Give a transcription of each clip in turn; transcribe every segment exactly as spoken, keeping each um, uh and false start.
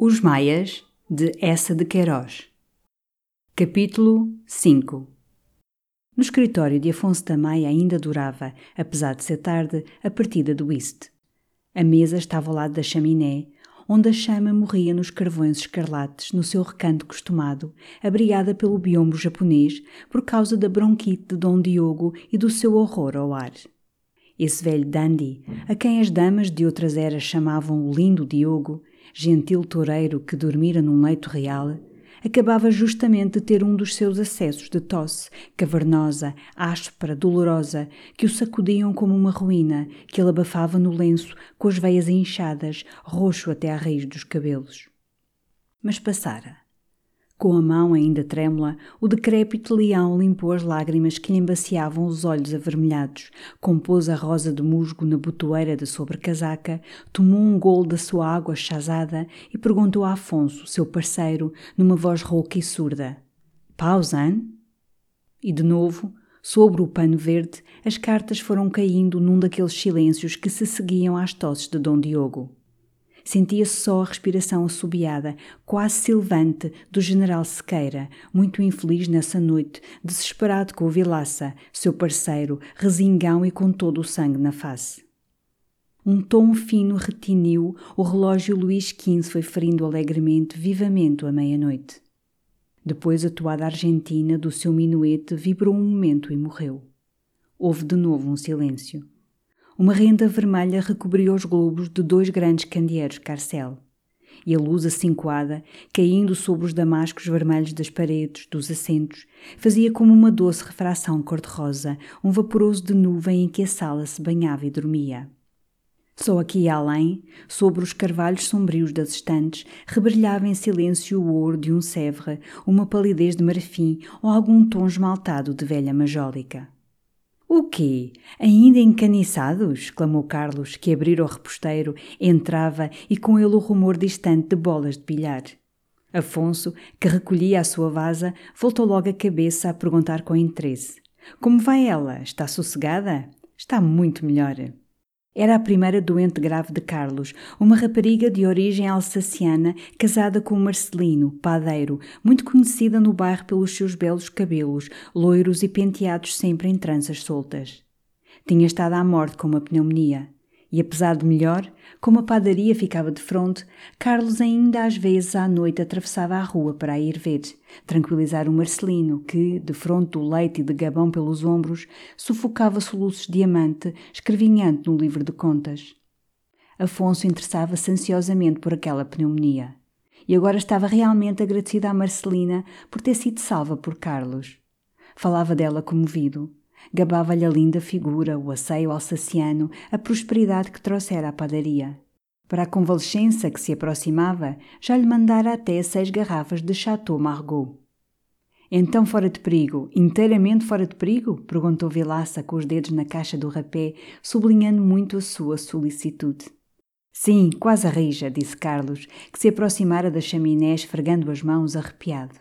Os Maias, de Eça de Queiroz. Capítulo cinco. No escritório de Afonso da Maia ainda durava, apesar de ser tarde, a partida do whist. A mesa estava ao lado da chaminé, onde a chama morria nos carvões escarlates no seu recanto costumado, abrigada pelo biombo japonês por causa da bronquite de Dom Diogo e do seu horror ao ar. Esse velho dandy, a quem as damas de outras eras chamavam o lindo Diogo, gentil toureiro que dormira num leito real, acabava justamente de ter um dos seus acessos de tosse, cavernosa, áspera, dolorosa, que o sacudiam como uma ruína, que ele abafava no lenço, com as veias inchadas, roxo até à raiz dos cabelos. Mas passara. Com a mão ainda trêmula, o decrépito leão limpou as lágrimas que lhe embaciavam os olhos avermelhados, compôs a rosa de musgo na botoeira da sobrecasaca, tomou um golo da sua água chazada e perguntou a Afonso, seu parceiro, numa voz rouca e surda: "Pausan?" E de novo, sobre o pano verde, as cartas foram caindo num daqueles silêncios que se seguiam às tosses de Dom Diogo. Sentia-se só a respiração assobiada, quase silvante, do general Sequeira, muito infeliz nessa noite, desesperado com o Vilaça, seu parceiro, resingão e com todo o sangue na face. Um tom fino retiniu, o relógio Luís quinze foi ferindo alegremente, vivamente, à meia-noite. Depois a toada argentina do seu minuete vibrou um momento e morreu. Houve de novo um silêncio. Uma renda vermelha recobriu os globos de dois grandes candeeiros carcel, e a luz acincoada, caindo sobre os damascos vermelhos das paredes, dos assentos, fazia como uma doce refração cor-de-rosa, um vaporoso de nuvem em que a sala se banhava e dormia. Só aqui além, sobre os carvalhos sombrios das estantes, rebrilhava em silêncio o ouro de um Sèvres, uma palidez de marfim ou algum tom esmaltado de velha majólica. "O quê? Ainda encaniçados?" exclamou Carlos, que abrira o reposteiro, entrava e com ele o rumor distante de bolas de bilhar. Afonso, que recolhia a sua vasa, voltou logo a cabeça a perguntar com interesse: "Como vai ela? Está sossegada?" "Está muito melhor." Era a primeira doente grave de Carlos, uma rapariga de origem alsaciana, casada com Marcelino, padeiro, muito conhecida no bairro pelos seus belos cabelos, loiros e penteados sempre em tranças soltas. Tinha estado à morte com uma pneumonia. E apesar de melhor, como a padaria ficava de fronte, Carlos ainda às vezes à noite atravessava a rua para a ir ver, tranquilizar o Marcelino, que, de fronte do leite e de gabão pelos ombros, sufocava soluços de diamante, escrevinhando no livro de contas. Afonso interessava-se ansiosamente por aquela pneumonia. E agora estava realmente agradecido à Marcelina por ter sido salva por Carlos. Falava dela comovido. Gabava-lhe a linda figura, o asseio alsaciano, a prosperidade que trouxera à padaria. Para a convalescença que se aproximava, já lhe mandara até seis garrafas de Chateau Margaux. "Então fora de perigo, inteiramente fora de perigo?" perguntou Vilaça com os dedos na caixa do rapé, sublinhando muito a sua solicitude. "Sim, quase a rija", disse Carlos, que se aproximara da chaminé esfregando as mãos arrepiado.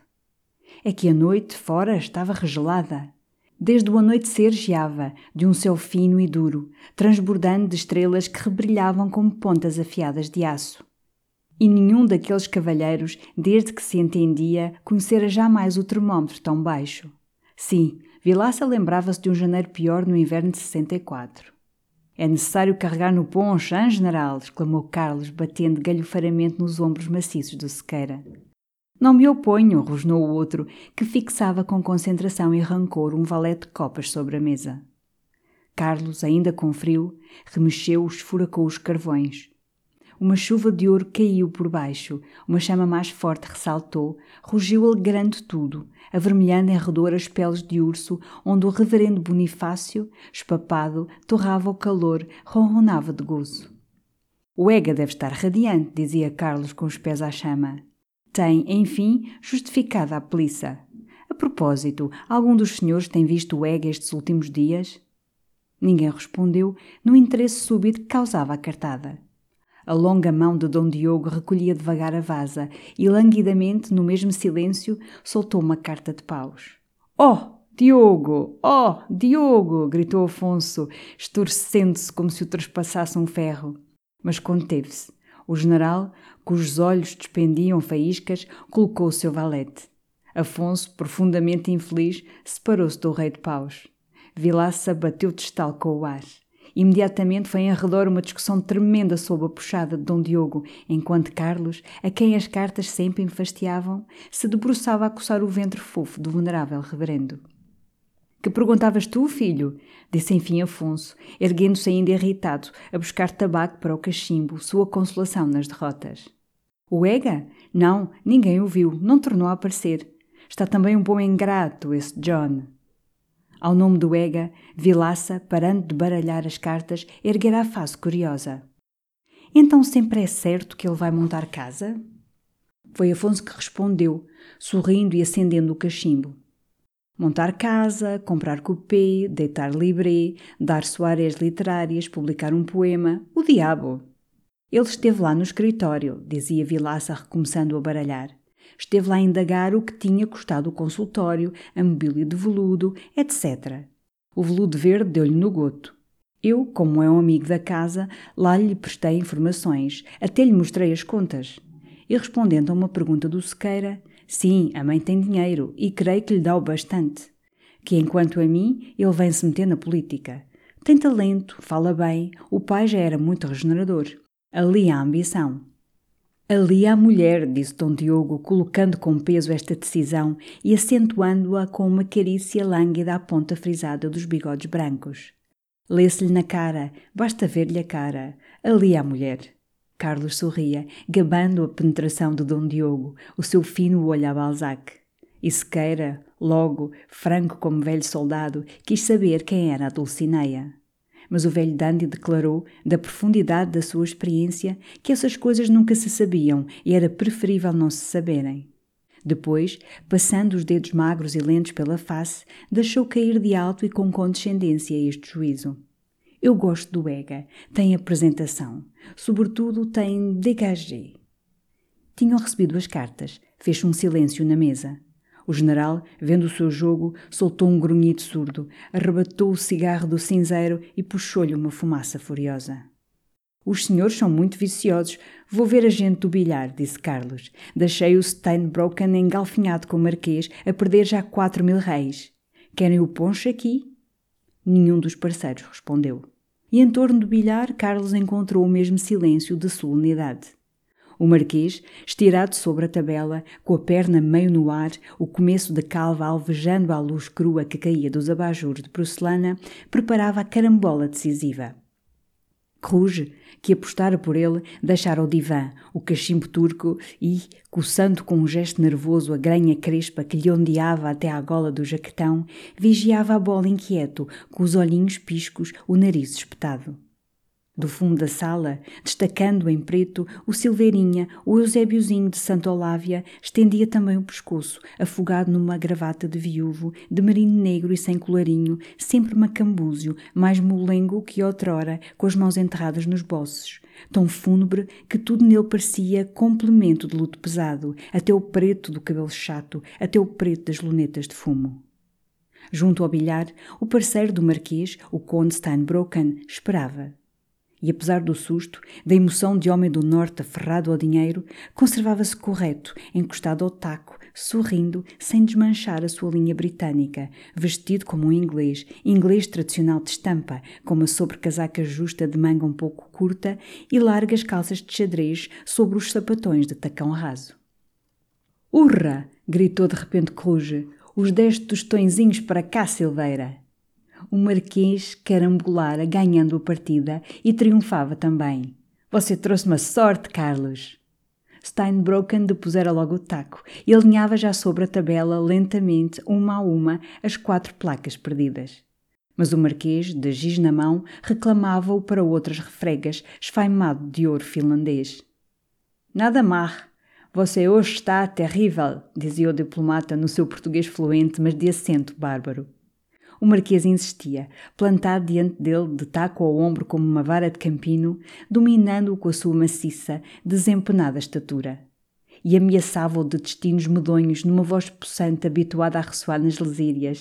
"É que a noite fora estava regelada. Desde o anoitecer geava, de um céu fino e duro, transbordando de estrelas que rebrilhavam como pontas afiadas de aço. E nenhum daqueles cavalheiros, desde que se entendia, conhecera jamais o termómetro tão baixo. Sim, Vilaça lembrava-se de um janeiro pior no inverno de sessenta e quatro. "É necessário carregar no poncho, hein, general?" exclamou Carlos, batendo galhofaramente nos ombros maciços do Sequeira. "Não me oponho", rosnou o outro, que fixava com concentração e rancor um valete de copas sobre a mesa. Carlos, ainda com frio, remexeu, esfuracou os carvões. Uma chuva de ouro caiu por baixo, uma chama mais forte ressaltou, rugiu alegrando tudo, avermelhando em redor as peles de urso, onde o reverendo Bonifácio, espapado, torrava o calor, ronronava de gozo. "O Ega deve estar radiante", dizia Carlos com os pés à chama. "Tem, enfim, justificada a peliça. A propósito, algum dos senhores tem visto o Ega estes últimos dias?" Ninguém respondeu, no interesse súbito que causava a cartada. A longa mão de Dom Diogo recolhia devagar a vasa e, languidamente, no mesmo silêncio, soltou uma carta de paus. "Oh, Diogo! Oh, Diogo!" gritou Afonso, estorcendo-se como se o trespassasse um ferro. Mas conteve-se. O general, cujos olhos despendiam faíscas, colocou o seu valete. Afonso, profundamente infeliz, separou-se do rei de paus. Vilaça bateu de estalo com o ar. Imediatamente foi em redor uma discussão tremenda sob a puxada de Dom Diogo, enquanto Carlos, a quem as cartas sempre enfastiavam, se debruçava a coçar o ventre fofo do venerável reverendo. «Que perguntavas tu, filho?» disse enfim Afonso, erguendo-se ainda irritado, a buscar tabaco para o cachimbo, sua consolação nas derrotas. «O Ega? Não, ninguém o viu, não tornou a aparecer. Está também um bom ingrato, esse John.» Ao nome do Ega, Vilaça, parando de baralhar as cartas, erguera a face curiosa. «Então sempre é certo que ele vai montar casa?» Foi Afonso que respondeu, sorrindo e acendendo o cachimbo. Montar casa, comprar coupé, deitar libré, dar soirées literárias, publicar um poema, o diabo. Ele esteve lá no escritório, dizia Vilaça, recomeçando a baralhar. Esteve lá a indagar o que tinha custado o consultório, a mobília de veludo, etcétera. O veludo verde deu-lhe no goto. Eu, como é um amigo da casa, lá lhe prestei informações, até lhe mostrei as contas. E respondendo a uma pergunta do Sequeira, sim, a mãe tem dinheiro e creio que lhe dá o bastante. Que enquanto a mim, ele vem-se meter na política. Tem talento, fala bem, o pai já era muito regenerador. Ali há ambição. Ali há mulher, disse Dom Diogo, colocando com peso esta decisão e acentuando-a com uma carícia lânguida à ponta frisada dos bigodes brancos. Lê-se-lhe na cara, basta ver-lhe a cara. Ali há mulher. Carlos sorria, gabando a penetração de Dom Diogo, o seu fino olho a Balzac. E Sequeira, logo, franco como velho soldado, quis saber quem era a Dulcinea. Mas o velho dandy declarou, da profundidade da sua experiência, que essas coisas nunca se sabiam e era preferível não se saberem. Depois, passando os dedos magros e lentos pela face, deixou cair de alto e com condescendência este juízo. Eu gosto do Ega, tem apresentação, sobretudo tem dégagé. Tinham recebido as cartas, fez um silêncio na mesa. O general, vendo o seu jogo, soltou um grunhido surdo, arrebatou o cigarro do cinzeiro e puxou-lhe uma fumaça furiosa. «Os senhores são muito viciosos. Vou ver a gente do bilhar», disse Carlos. «Deixei o Steinbrocken engalfinhado com o marquês a perder já quatro mil réis. Querem o poncho aqui?» Nenhum dos parceiros respondeu. E em torno do bilhar, Carlos encontrou o mesmo silêncio de solenidade. O marquês, estirado sobre a tabela, com a perna meio no ar, o começo da calva alvejando à luz crua que caía dos abajures de porcelana, preparava a carambola decisiva. Ruge, que apostara por ele, deixara o divã, o cachimbo turco e, coçando com um gesto nervoso a granha crespa que lhe ondeava até à gola do jaquetão, vigiava a bola inquieto, com os olhinhos piscos, o nariz espetado. Do fundo da sala, destacando em preto, o Silveirinha, o Eusébiozinho de Santa Olávia, estendia também o pescoço, afogado numa gravata de viúvo, de merino negro e sem colarinho, sempre macambúzio, mais molengo que outrora, com as mãos enterradas nos bolsos, tão fúnebre que tudo nele parecia complemento de luto pesado, até o preto do cabelo chato, até o preto das lunetas de fumo. Junto ao bilhar, o parceiro do marquês, o conde Steinbrocken, esperava. E apesar do susto, da emoção de homem do norte aferrado ao dinheiro, conservava-se correto, encostado ao taco, sorrindo, sem desmanchar a sua linha britânica, vestido como um inglês, inglês tradicional de estampa, com uma sobrecasaca justa de manga um pouco curta e largas calças de xadrez sobre os sapatões de tacão raso. «Urra!» gritou de repente Cruz. «Os dez tostõezinhos para cá, Silveira!» O marquês carambolara, ganhando a partida, e triunfava também. «Você trouxe-me a sorte, Carlos!» Steinbrocken depusera logo o taco e alinhava já sobre a tabela, lentamente, uma a uma, as quatro placas perdidas. Mas o marquês, de giz na mão, reclamava-o para outras refregas, esfaimado de ouro finlandês. «Nada mar! Você hoje está terrível!» dizia o diplomata no seu português fluente, mas de acento bárbaro. O marquês insistia, plantado diante dele, de taco ao ombro como uma vara de campino, dominando-o com a sua maciça, desempenada estatura. E ameaçava-o de destinos medonhos numa voz possante habituada a ressoar nas lesírias.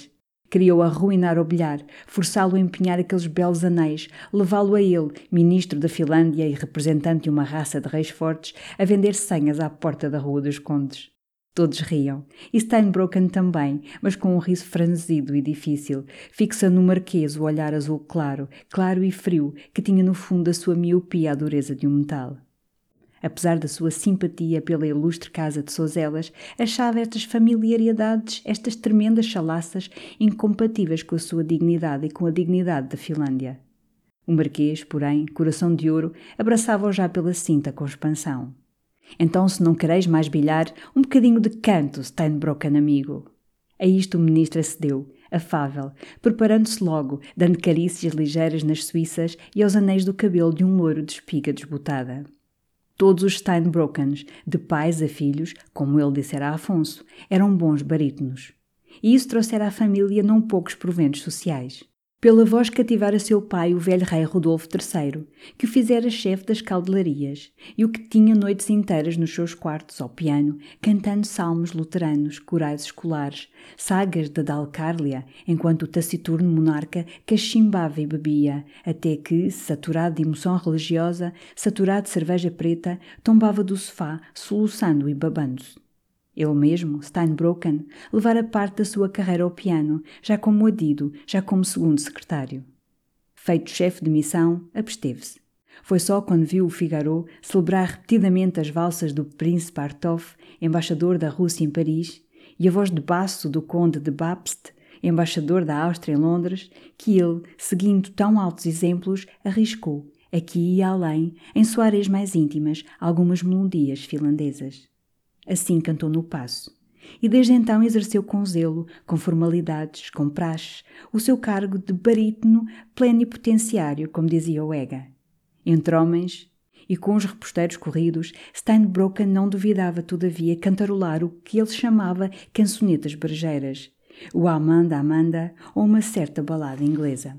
Queria-o arruinar ao bilhar, forçá-lo a empenhar aqueles belos anéis, levá-lo a ele, ministro da Finlândia e representante de uma raça de reis fortes, a vender senhas à porta da Rua dos Condes. Todos riam, e Steinbrocken também, mas com um riso franzido e difícil, fixando no Marquês o olhar azul claro, claro e frio, que tinha no fundo da sua miopia a dureza de um metal. Apesar da sua simpatia pela ilustre casa de Sozelas, achava estas familiaridades, estas tremendas chalaças, incompatíveis com a sua dignidade e com a dignidade da Finlândia. O Marquês, porém, coração de ouro, abraçava-o já pela cinta com expansão. Então, se não quereis mais bilhar, um bocadinho de canto, Steinbrocken amigo. A isto o ministro acedeu, afável, preparando-se logo, dando carícias ligeiras nas suíças e aos anéis do cabelo de um loiro de espiga desbotada. Todos os Steinbrockens, de pais a filhos, como ele dissera a Afonso, eram bons barítonos. E isso trouxera à família não poucos proventos sociais. Pela voz cativara seu pai o velho rei Rodolfo terceiro, que o fizera chefe das caldelarias, e o que tinha noites inteiras nos seus quartos ao piano, cantando salmos luteranos, corais escolares, sagas da Dalcárlia, enquanto o taciturno monarca cachimbava e bebia, até que, saturado de emoção religiosa, saturado de cerveja preta, tombava do sofá, soluçando e babando-se. Ele mesmo, Steinbrocken, levara parte da sua carreira ao piano, já como adido, já como segundo secretário. Feito chefe de missão, absteve-se. Foi só quando viu o Figaro celebrar repetidamente as valsas do príncipe Artof, embaixador da Rússia em Paris, e a voz de baço do conde de Bapst, embaixador da Áustria em Londres, que ele, seguindo tão altos exemplos, arriscou, aqui e além, em soares mais íntimas, algumas melodias finlandesas. Assim cantou no paço, e desde então exerceu com zelo, com formalidades, com praxes, o seu cargo de barítono plenipotenciário, como dizia o Ega. Entre homens, e com os reposteiros corridos, Steinbrocken não duvidava, todavia, cantarolar o que ele chamava cançonetas brejeiras, o Amanda Amanda ou uma certa balada inglesa.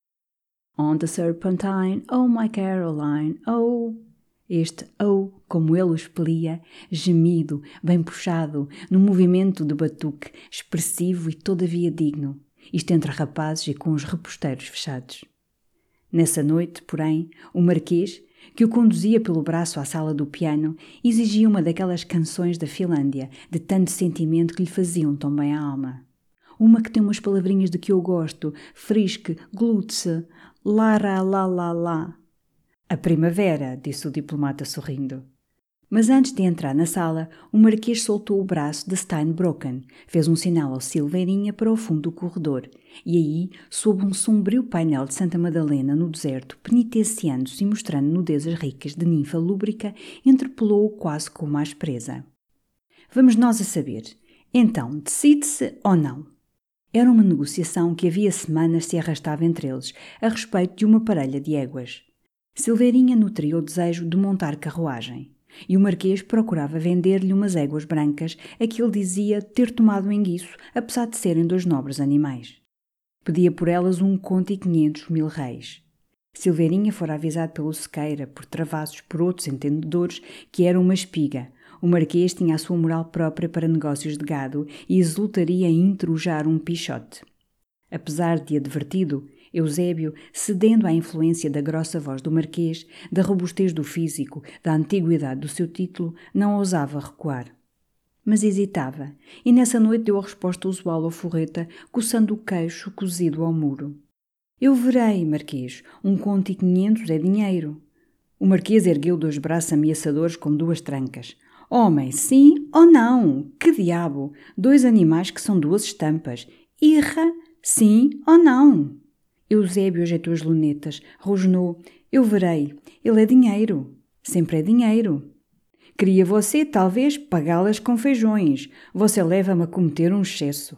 On the Serpentine, oh my Caroline, oh... Este oh, como ele o expelia, gemido, bem puxado, num movimento de batuque, expressivo e todavia digno, isto entre rapazes e com os reposteiros fechados. Nessa noite, porém, o Marquês, que o conduzia pelo braço à sala do piano, exigia uma daquelas canções da Finlândia, de tanto sentimento que lhe faziam tão bem a alma. Uma que tem umas palavrinhas de que eu gosto, friske, glutse, lara la la la. A primavera, disse o diplomata sorrindo. Mas antes de entrar na sala, o Marquês soltou o braço de Steinbrocken, fez um sinal ao Silveirinha para o fundo do corredor, e aí, sob um sombrio painel de Santa Madalena no deserto, penitenciando-se e mostrando nudezas ricas de ninfa lúbrica, interpelou-o quase com uma aspreza. Vamos nós a saber. Então, decide-se ou não? Era uma negociação que havia semanas se arrastava entre eles, a respeito de uma parelha de éguas. Silveirinha nutria o desejo de montar carruagem, e o Marquês procurava vender-lhe umas éguas brancas a que ele dizia ter tomado em guiço, apesar de serem dois nobres animais. Pedia por elas um conto e quinhentos mil réis. Silveirinha fora avisado pelo Sequeira, por Travassos, por outros entendedores, que era uma espiga. O Marquês tinha a sua moral própria para negócios de gado e exultaria em intrujar um pichote. Apesar de advertido, Eusébio, cedendo à influência da grossa voz do Marquês, da robustez do físico, da antiguidade do seu título, não ousava recuar. Mas hesitava, e nessa noite deu a resposta usual ao forreta, coçando o queixo cozido ao muro. Eu verei, Marquês, um conto e quinhentos é dinheiro. O Marquês ergueu dois braços ameaçadores como duas trancas. Homem, sim ou não? Que diabo! Dois animais que são duas estampas. Irra, sim ou não? Eusébio ajeitou as lunetas, rosnou. Eu verei. Ele é dinheiro. Sempre é dinheiro. Queria você, talvez, pagá-las com feijões. Você leva-me a cometer um excesso.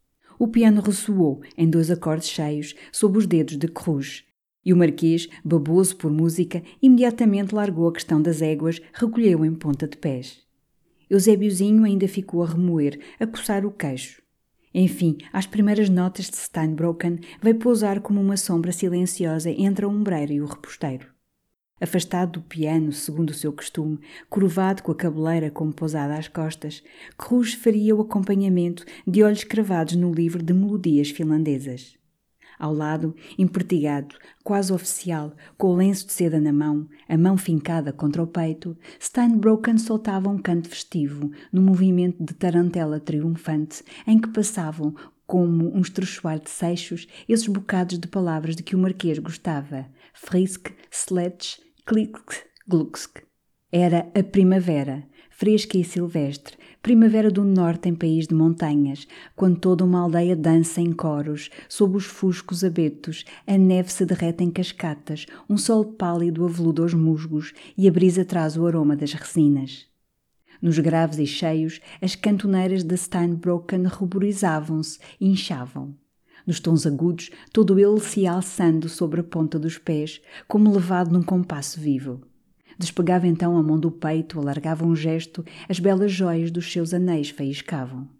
O piano ressoou, em dois acordes cheios, sob os dedos de Cruz. E o Marquês, baboso por música, imediatamente largou a questão das éguas, recolheu em ponta de pés. Eusébiozinho ainda ficou a remoer, a coçar o queixo. Enfim, às primeiras notas de Steinbrocken, veio pousar como uma sombra silenciosa entre a ombreira e o reposteiro. Afastado do piano, segundo o seu costume, curvado com a cabeleira como pousada às costas, Cruz faria o acompanhamento de olhos cravados no livro de melodias finlandesas. Ao lado, empertigado, quase oficial, com o lenço de seda na mão, a mão fincada contra o peito, Steinbrocken soltava um canto festivo, num movimento de tarantela triunfante, em que passavam, como um estruçoar de seixos, esses bocados de palavras de que o Marquês gostava: Frisk, Sledge, Klick, Glucksk. Era a primavera, fresca e silvestre, primavera do norte em país de montanhas, quando toda uma aldeia dança em coros, sob os fuscos abetos, a neve se derrete em cascatas, um sol pálido aveluda os musgos e a brisa traz o aroma das resinas. Nos graves e cheios, as cantoneiras de Steinbrocken ruborizavam-se e inchavam. Nos tons agudos, todo ele se ia alçando sobre a ponta dos pés, como levado num compasso vivo. Despegava então a mão do peito, alargava um gesto, as belas joias dos seus anéis faiscavam.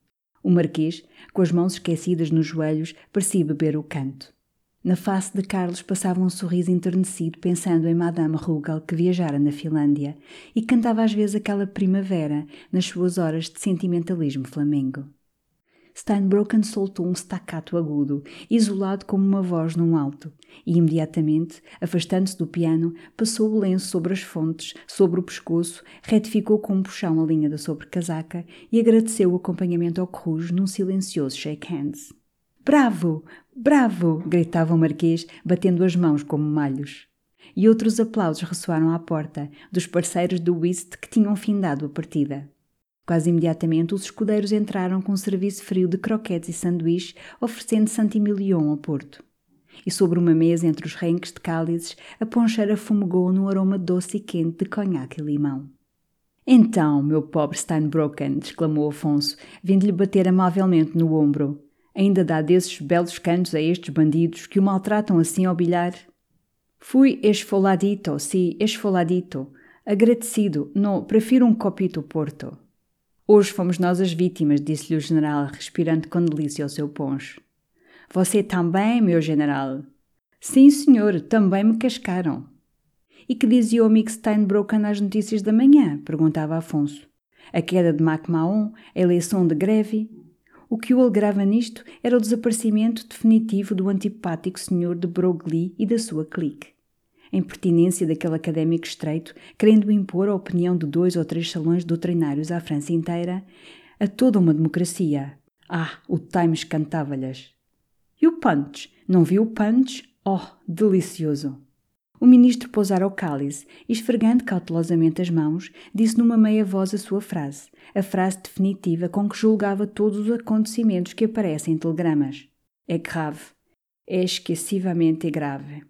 O Marquês, com as mãos esquecidas nos joelhos, parecia beber o canto. Na face de Carlos passava um sorriso enternecido, pensando em Madame Rugal, que viajara na Finlândia, e cantava às vezes aquela primavera, nas suas horas de sentimentalismo flamengo. Steinbrocken soltou um staccato agudo, isolado como uma voz num alto, e imediatamente, afastando-se do piano, passou o lenço sobre as fontes, sobre o pescoço, retificou com um puxão a linha da sobrecasaca e agradeceu o acompanhamento ao Cruz num silencioso shake hands. «Bravo! Bravo!» gritava o Marquês, batendo as mãos como malhos. E outros aplausos ressoaram à porta, dos parceiros do whist que tinham findado a partida. Quase imediatamente os escudeiros entraram com um serviço frio de croquetes e sanduíches, oferecendo Saint-Emilion ao Porto. E sobre uma mesa entre os renques de cálices, a poncheira fumegou num aroma doce e quente de conhaque e limão. «Então, meu pobre Steinbrocken!» exclamou Afonso, vindo-lhe bater amavelmente no ombro. «Ainda dá desses belos cantos a estes bandidos que o maltratam assim ao bilhar?» «Fui esfoladito, si, esfoladito. Agradecido, no, prefiro um copito Porto.» «Hoje fomos nós as vítimas», disse-lhe o general, respirando com delícia o seu poncho. «Você também, meu general?» «Sim, senhor, também me cascaram.» «E que dizia o amigo Steinbrocken nas notícias da manhã?» perguntava Afonso. «A queda de MacMahon, a eleição de greve?» O que o alegrava nisto era o desaparecimento definitivo do antipático senhor de Broglie e da sua clique. A impertinência daquele académico estreito, querendo impor a opinião de dois ou três salões doutrinários à França inteira, a toda uma democracia. Ah, o Times cantava-lhes. E o punch? Não viu o punch? Oh, delicioso! O ministro pousara o cálice e, esfregando cautelosamente as mãos, disse numa meia voz a sua frase, a frase definitiva com que julgava todos os acontecimentos que aparecem em telegramas. É grave. É esquecivamente grave.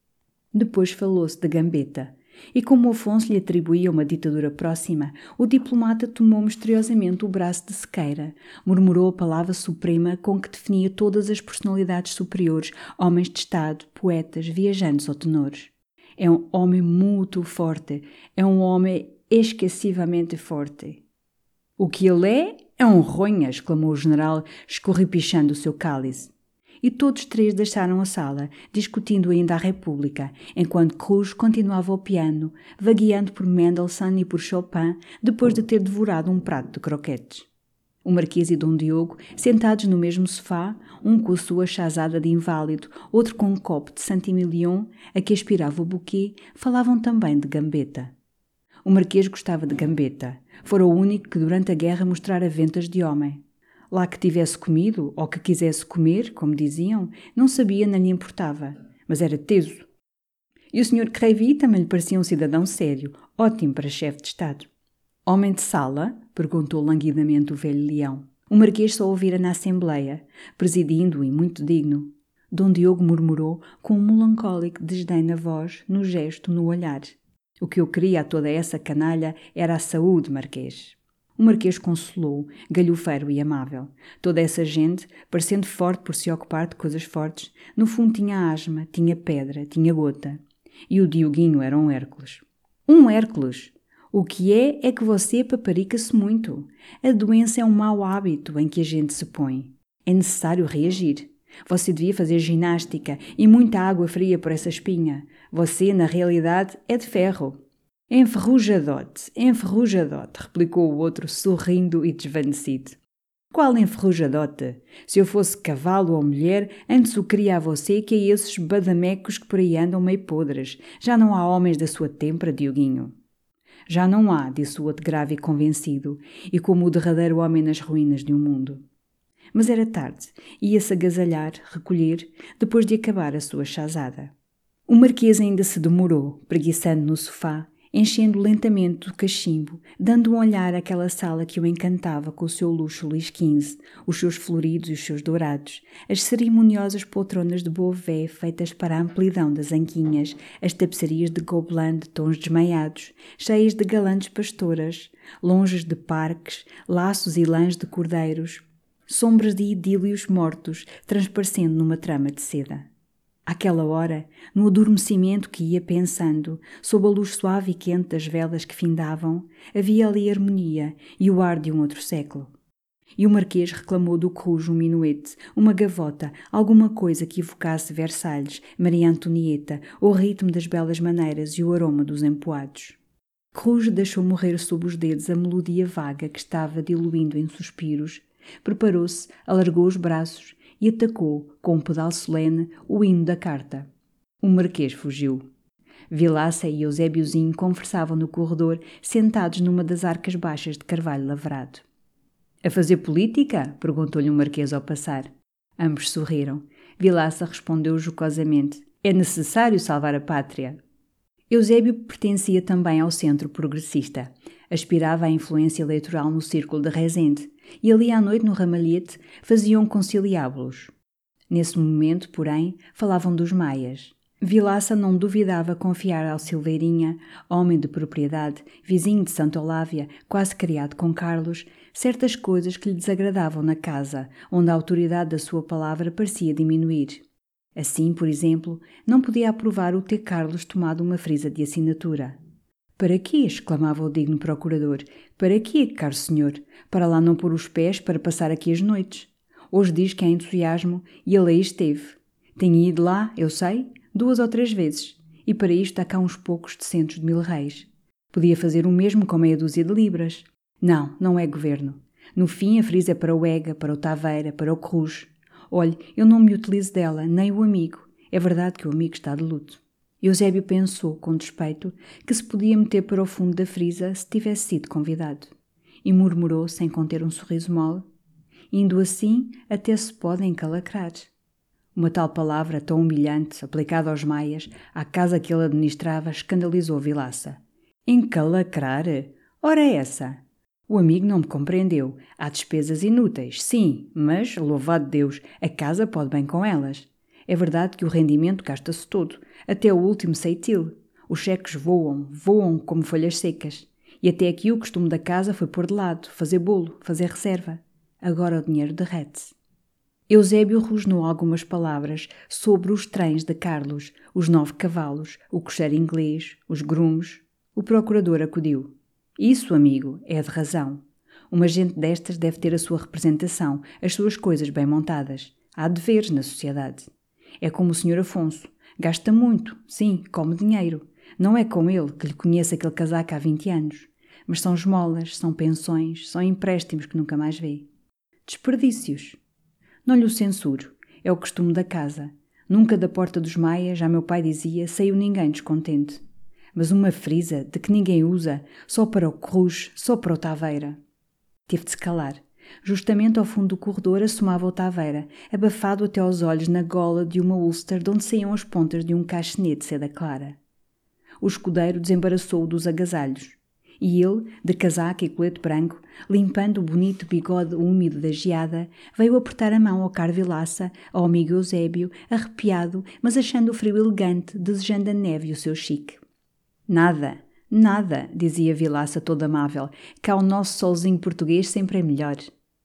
Depois falou-se de Gambetta, e como Afonso lhe atribuía uma ditadura próxima, o diplomata tomou misteriosamente o braço de Sequeira, murmurou a palavra suprema com que definia todas as personalidades superiores, homens de Estado, poetas, viajantes ou tenores. É um homem muito forte, é um homem esquecivamente forte. O que ele é, é um ronha, exclamou o general, escorripichando o seu cálice. E todos três deixaram a sala, discutindo ainda a República, enquanto Cruz continuava ao piano, vagueando por Mendelssohn e por Chopin, depois de ter devorado um prato de croquetes. O Marquês e Dom Diogo, sentados no mesmo sofá, um com a sua chazada de inválido, outro com um copo de Saint-Emilion, a que aspirava o buquê, falavam também de Gambetta. O Marquês gostava de Gambetta. Fora o único que durante a guerra mostrara ventas de homem. Lá que tivesse comido, ou que quisesse comer, como diziam, não sabia nem lhe importava, mas era teso. E o senhor Crévy também lhe parecia um cidadão sério, ótimo para chefe de Estado. «Homem de sala?» perguntou languidamente o velho leão. O Marquês só ouvira na Assembleia, presidindo e muito digno. Dom Diogo murmurou com um melancólico desdém na voz, no gesto, no olhar. O que eu queria a toda essa canalha era a saúde, Marquês. O Marquês consolou, galhofeiro e amável. Toda essa gente, parecendo forte por se ocupar de coisas fortes, no fundo tinha asma, tinha pedra, tinha gota. E o Dioguinho era um Hércules. Um Hércules! O que é, é que você paparica-se muito. A doença é um mau hábito em que a gente se põe. É necessário reagir. Você devia fazer ginástica e muita água fria por essa espinha. Você, na realidade, é de ferro. Enferrujadote, enferrujadote, replicou o outro, sorrindo e desvanecido. Qual enferrujadote? Se eu fosse cavalo ou mulher, antes o queria a você que a esses badamecos que por aí andam meio podres. Já não há homens da sua têmpera, Dioguinho. Já não há, disse o outro grave e convencido, e como o derradeiro homem nas ruínas de um mundo. Mas era tarde, ia-se agasalhar, recolher, depois de acabar a sua chazada. O marquês ainda se demorou, preguiçando no sofá, enchendo lentamente o cachimbo, dando um olhar àquela sala que o encantava com o seu luxo Luís quinze, os seus floridos e os seus dourados, as cerimoniosas poltronas de Beauvais feitas para a amplidão das anquinhas, as tapeçarias de Gobelin de tons desmaiados, cheias de galantes pastoras, longes de parques, laços e lãs de cordeiros, sombras de idílios mortos transparecendo numa trama de seda. Àquela hora, no adormecimento que ia pensando, sob a luz suave e quente das velas que findavam, havia ali harmonia e o ar de um outro século. E o Marquês reclamou do Cruz um minuete, uma gavota, alguma coisa que evocasse Versalhes, Maria Antonieta, o ritmo das belas maneiras e o aroma dos empoados. Cruz deixou morrer sob os dedos a melodia vaga que estava diluindo em suspiros, preparou-se, alargou os braços e atacou, com um pedal solene, o hino da carta. O Marquês fugiu. Vilaça e Eusébiozinho conversavam no corredor, sentados numa das arcas baixas de carvalho lavrado. — A fazer política? — perguntou-lhe o Marquês ao passar. Ambos sorriram. Vilaça respondeu jocosamente. — É necessário salvar a pátria. Eusébio pertencia também ao centro progressista. Aspirava à influência eleitoral no círculo de Rezende, e ali à noite no ramalhete faziam conciliábulos. Nesse momento, porém, falavam dos maias. Vilaça não duvidava confiar ao Silveirinha, homem de propriedade, vizinho de Santa Olávia, quase criado com Carlos, certas coisas que lhe desagradavam na casa, onde a autoridade da sua palavra parecia diminuir. Assim, por exemplo, não podia aprovar o ter Carlos tomado uma frisa de assinatura. — Para quê? — exclamava o digno procurador. — Para quê, caro senhor? Para lá não pôr os pés para passar aqui as noites. Hoje diz que há entusiasmo e ele aí esteve. Tenho ido lá, eu sei, duas ou três vezes, e para isto há cá uns poucos de centos de mil réis. Podia fazer o mesmo com meia dúzia de libras. Não, não é governo. No fim a frisa é para o Ega, para o Taveira, para o Cruz. Olhe, eu não me utilizo dela, nem o amigo. É verdade que o amigo está de luto. Eusébio pensou, com despeito, que se podia meter para o fundo da frisa se tivesse sido convidado. E murmurou, sem conter um sorriso mole: indo assim, até se pode encalacrar. Uma tal palavra, tão humilhante, aplicada aos maias, à casa que ele administrava, escandalizou Vilaça. Encalacrar? Ora essa! O amigo não me compreendeu. Há despesas inúteis, sim, mas, louvado Deus, a casa pode bem com elas. É verdade que o rendimento gasta-se todo, até o último ceitil. Os cheques voam, voam como folhas secas. E até aqui o costume da casa foi pôr de lado, fazer bolo, fazer reserva. Agora o dinheiro derrete-se. Eusébio rosnou algumas palavras sobre os trens de Carlos, os nove cavalos, o cocheiro inglês, os grumos. O procurador acudiu. Isso, amigo, é de razão. Uma gente destas deve ter a sua representação, as suas coisas bem montadas. Há deveres na sociedade. É como o senhor Afonso. Gasta muito, sim, come dinheiro. Não é com ele que lhe conheço aquele casaco há vinte anos. Mas são esmolas, são pensões, são empréstimos que nunca mais vê. Desperdícios. Não lhe o censuro. É o costume da casa. Nunca da porta dos maias, já meu pai dizia, saiu ninguém descontente. Mas uma frisa de que ninguém usa, só para o Cruz, só para o Taveira. Teve de se calar. Justamente ao fundo do corredor assomava o Taveira, abafado até aos olhos na gola de uma Ulster de onde saíam as pontas de um cachenê de seda clara. O escudeiro desembaraçou-o dos agasalhos. E ele, de casaco e colete branco, limpando o bonito bigode úmido da geada, veio apertar a mão ao caro Vilaça, ao amigo Eusébio, arrepiado, mas achando o frio elegante, desejando a neve e o seu chique. Nada, nada, dizia Vilaça todo amável, cá o nosso solzinho português sempre é melhor.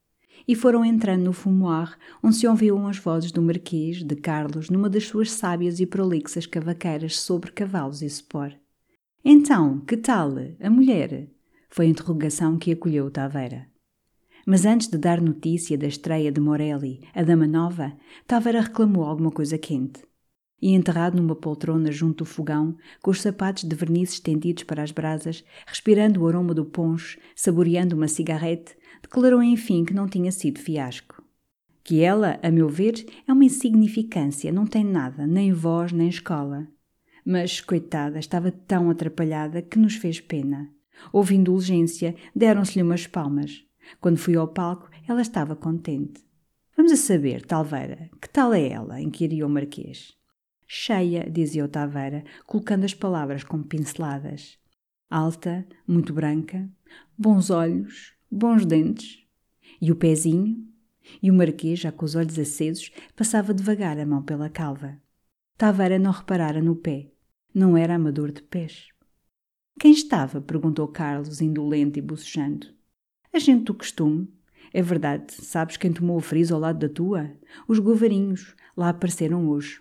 E foram entrando no fumoir, onde se ouviam as vozes do Marquês, de Carlos, numa das suas sábias e prolixas cavaqueiras sobre cavalos e cepor. Então, que tal, a mulher? Foi a interrogação que acolheu o Taveira. Mas antes de dar notícia da estreia de Morelli, a dama nova, Tavera reclamou alguma coisa quente. E enterrado numa poltrona junto do fogão, com os sapatos de verniz estendidos para as brasas, respirando o aroma do ponche, saboreando uma cigarrete, declarou enfim que não tinha sido fiasco. Que ela, a meu ver, é uma insignificância, não tem nada, nem voz nem escola. Mas, coitada, estava tão atrapalhada que nos fez pena. Houve indulgência, deram-se-lhe umas palmas. Quando fui ao palco, ela estava contente. Vamos a saber, Talveira, que tal é ela? Inquiriu o Marquês. Cheia, dizia o Taveira, colocando as palavras como pinceladas. Alta, muito branca, bons olhos, bons dentes. E o pezinho? E o Marquês, já com os olhos acesos, passava devagar a mão pela calva. Taveira não reparara no pé. Não era amador de pés. Quem estava? Perguntou Carlos, indolente e bocejando. A gente do costume. É verdade, sabes quem tomou o friso ao lado da tua? Os Govarinhos. Lá apareceram hoje.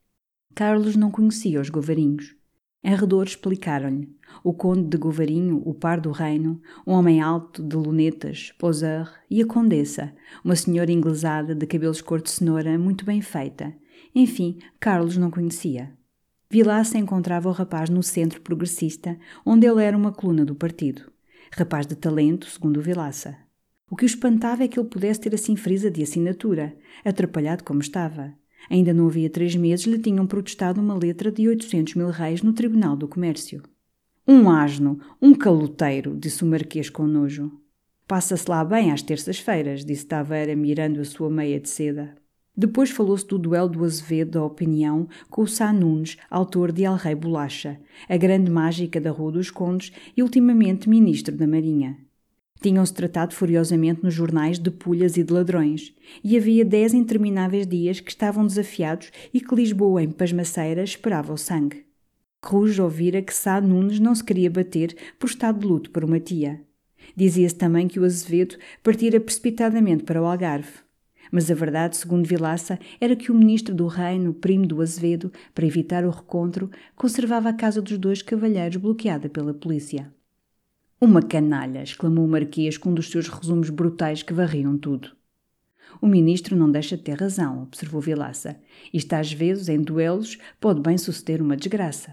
Carlos não conhecia os Govarinhos. Em redor explicaram-lhe. O conde de Govarinho, o par do reino, um homem alto, de lunetas, poseur, e a condessa, uma senhora inglesada de cabelos cor de cenoura, muito bem feita. Enfim, Carlos não conhecia. Vilaça encontrava o rapaz no centro progressista, onde ele era uma coluna do partido. Rapaz de talento, segundo o Vilaça. O que o espantava é que ele pudesse ter assim frisa de assinatura, atrapalhado como estava. Ainda não havia três meses lhe tinham protestado uma letra de oitocentos mil réis no Tribunal do Comércio. Um asno, um caloteiro, disse o Marquês com nojo. Passa-se lá bem às terças-feiras, disse Taveira, mirando a sua meia de seda. Depois falou-se do duelo do Azevedo da Opinião com o Sá Nunes, autor de El Rei Bolacha, a grande mágica da Rua dos Condes e ultimamente ministro da Marinha. Tinham-se tratado furiosamente nos jornais de pulhas e de ladrões, e havia dez intermináveis dias que estavam desafiados e que Lisboa, em pasmaceira, esperava o sangue. Rouge ouvira que Sá Nunes não se queria bater por estado de luto por uma tia. Dizia-se também que o Azevedo partira precipitadamente para o Algarve. Mas a verdade, segundo Vilaça, era que o ministro do Reino, primo do Azevedo, para evitar o recontro, conservava a casa dos dois cavalheiros bloqueada pela polícia. Uma canalha, exclamou o Marquês com um dos seus resumos brutais que varriam tudo. O ministro não deixa de ter razão, observou Vilaça. Isto às vezes, em duelos, pode bem suceder uma desgraça.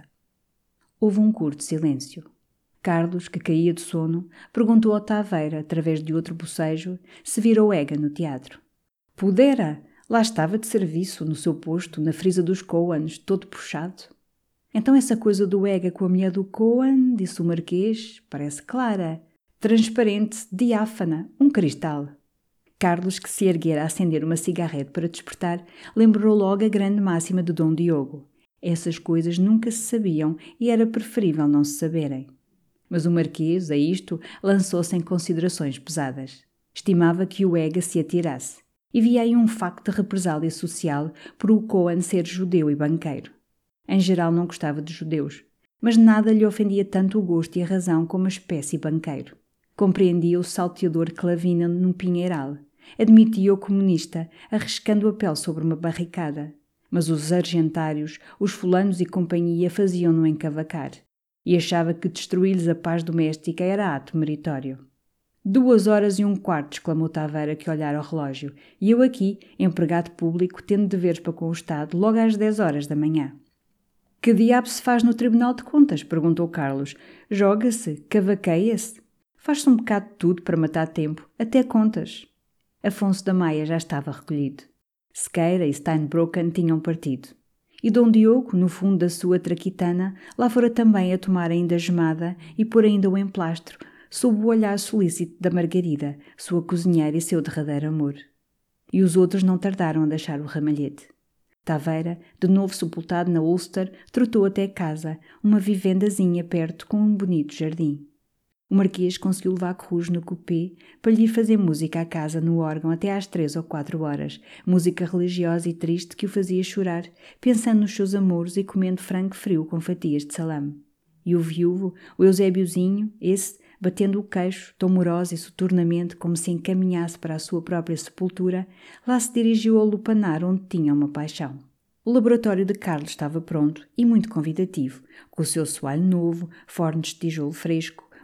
Houve um curto silêncio. Carlos, que caía de sono, perguntou ao Taveira, através de outro bocejo, se vira o Ega no teatro. Pudera! Lá estava de serviço, no seu posto, na frisa dos Coans, todo puxado. Então essa coisa do Ega com a mulher do Coan, disse o Marquês, parece clara, transparente, diáfana, um cristal. Carlos, que se erguera a acender uma cigarrete para despertar, lembrou logo a grande máxima de Dom Diogo. Essas coisas nunca se sabiam e era preferível não se saberem. Mas o Marquês, a isto, lançou-se em considerações pesadas. Estimava que o Ega se atirasse. E via aí um facto de represália social por o Coan ser judeu e banqueiro. Em geral não gostava de judeus, mas nada lhe ofendia tanto o gosto e a razão como a espécie banqueiro. Compreendia o salteador Clavina num pinheiral. Admitia o comunista, arriscando a pele sobre uma barricada. Mas os argentários, os fulanos e companhia faziam-no encavacar. E achava que destruir-lhes a paz doméstica era ato meritório. Duas horas e um quarto, exclamou Taveira, que olhara ao relógio, e eu aqui, empregado público, tendo deveres para com o Estado, logo às dez horas da manhã. Que diabo se faz no Tribunal de Contas? Perguntou Carlos. Joga-se? Cavaqueia-se? Faz-se um bocado de tudo para matar tempo, até contas. Afonso da Maia já estava recolhido. Sequeira e Steinbrocken tinham partido. E Dom Diogo, no fundo da sua traquitana, lá fora também a tomar ainda gemada e pôr ainda o emplastro, sob o olhar solícito da Margarida, sua cozinheira e seu derradeiro amor. E os outros não tardaram a deixar o ramalhete. Taveira, de novo sepultado na Ulster, trotou até casa, uma vivendazinha perto com um bonito jardim. O Marquês conseguiu levar Cruz no coupé para lhe ir fazer música à casa no órgão até às três ou quatro horas, música religiosa e triste que o fazia chorar, pensando nos seus amores e comendo frango frio com fatias de salame. E o viúvo, o Eusébiozinho, esse, batendo o queixo, tão moroso e soturnamente como se encaminhasse para a sua própria sepultura, lá se dirigiu ao lupanar onde tinha uma paixão. O laboratório de Carlos estava pronto e muito convidativo, com o seu soalho novo, fornos de tijolo fresco,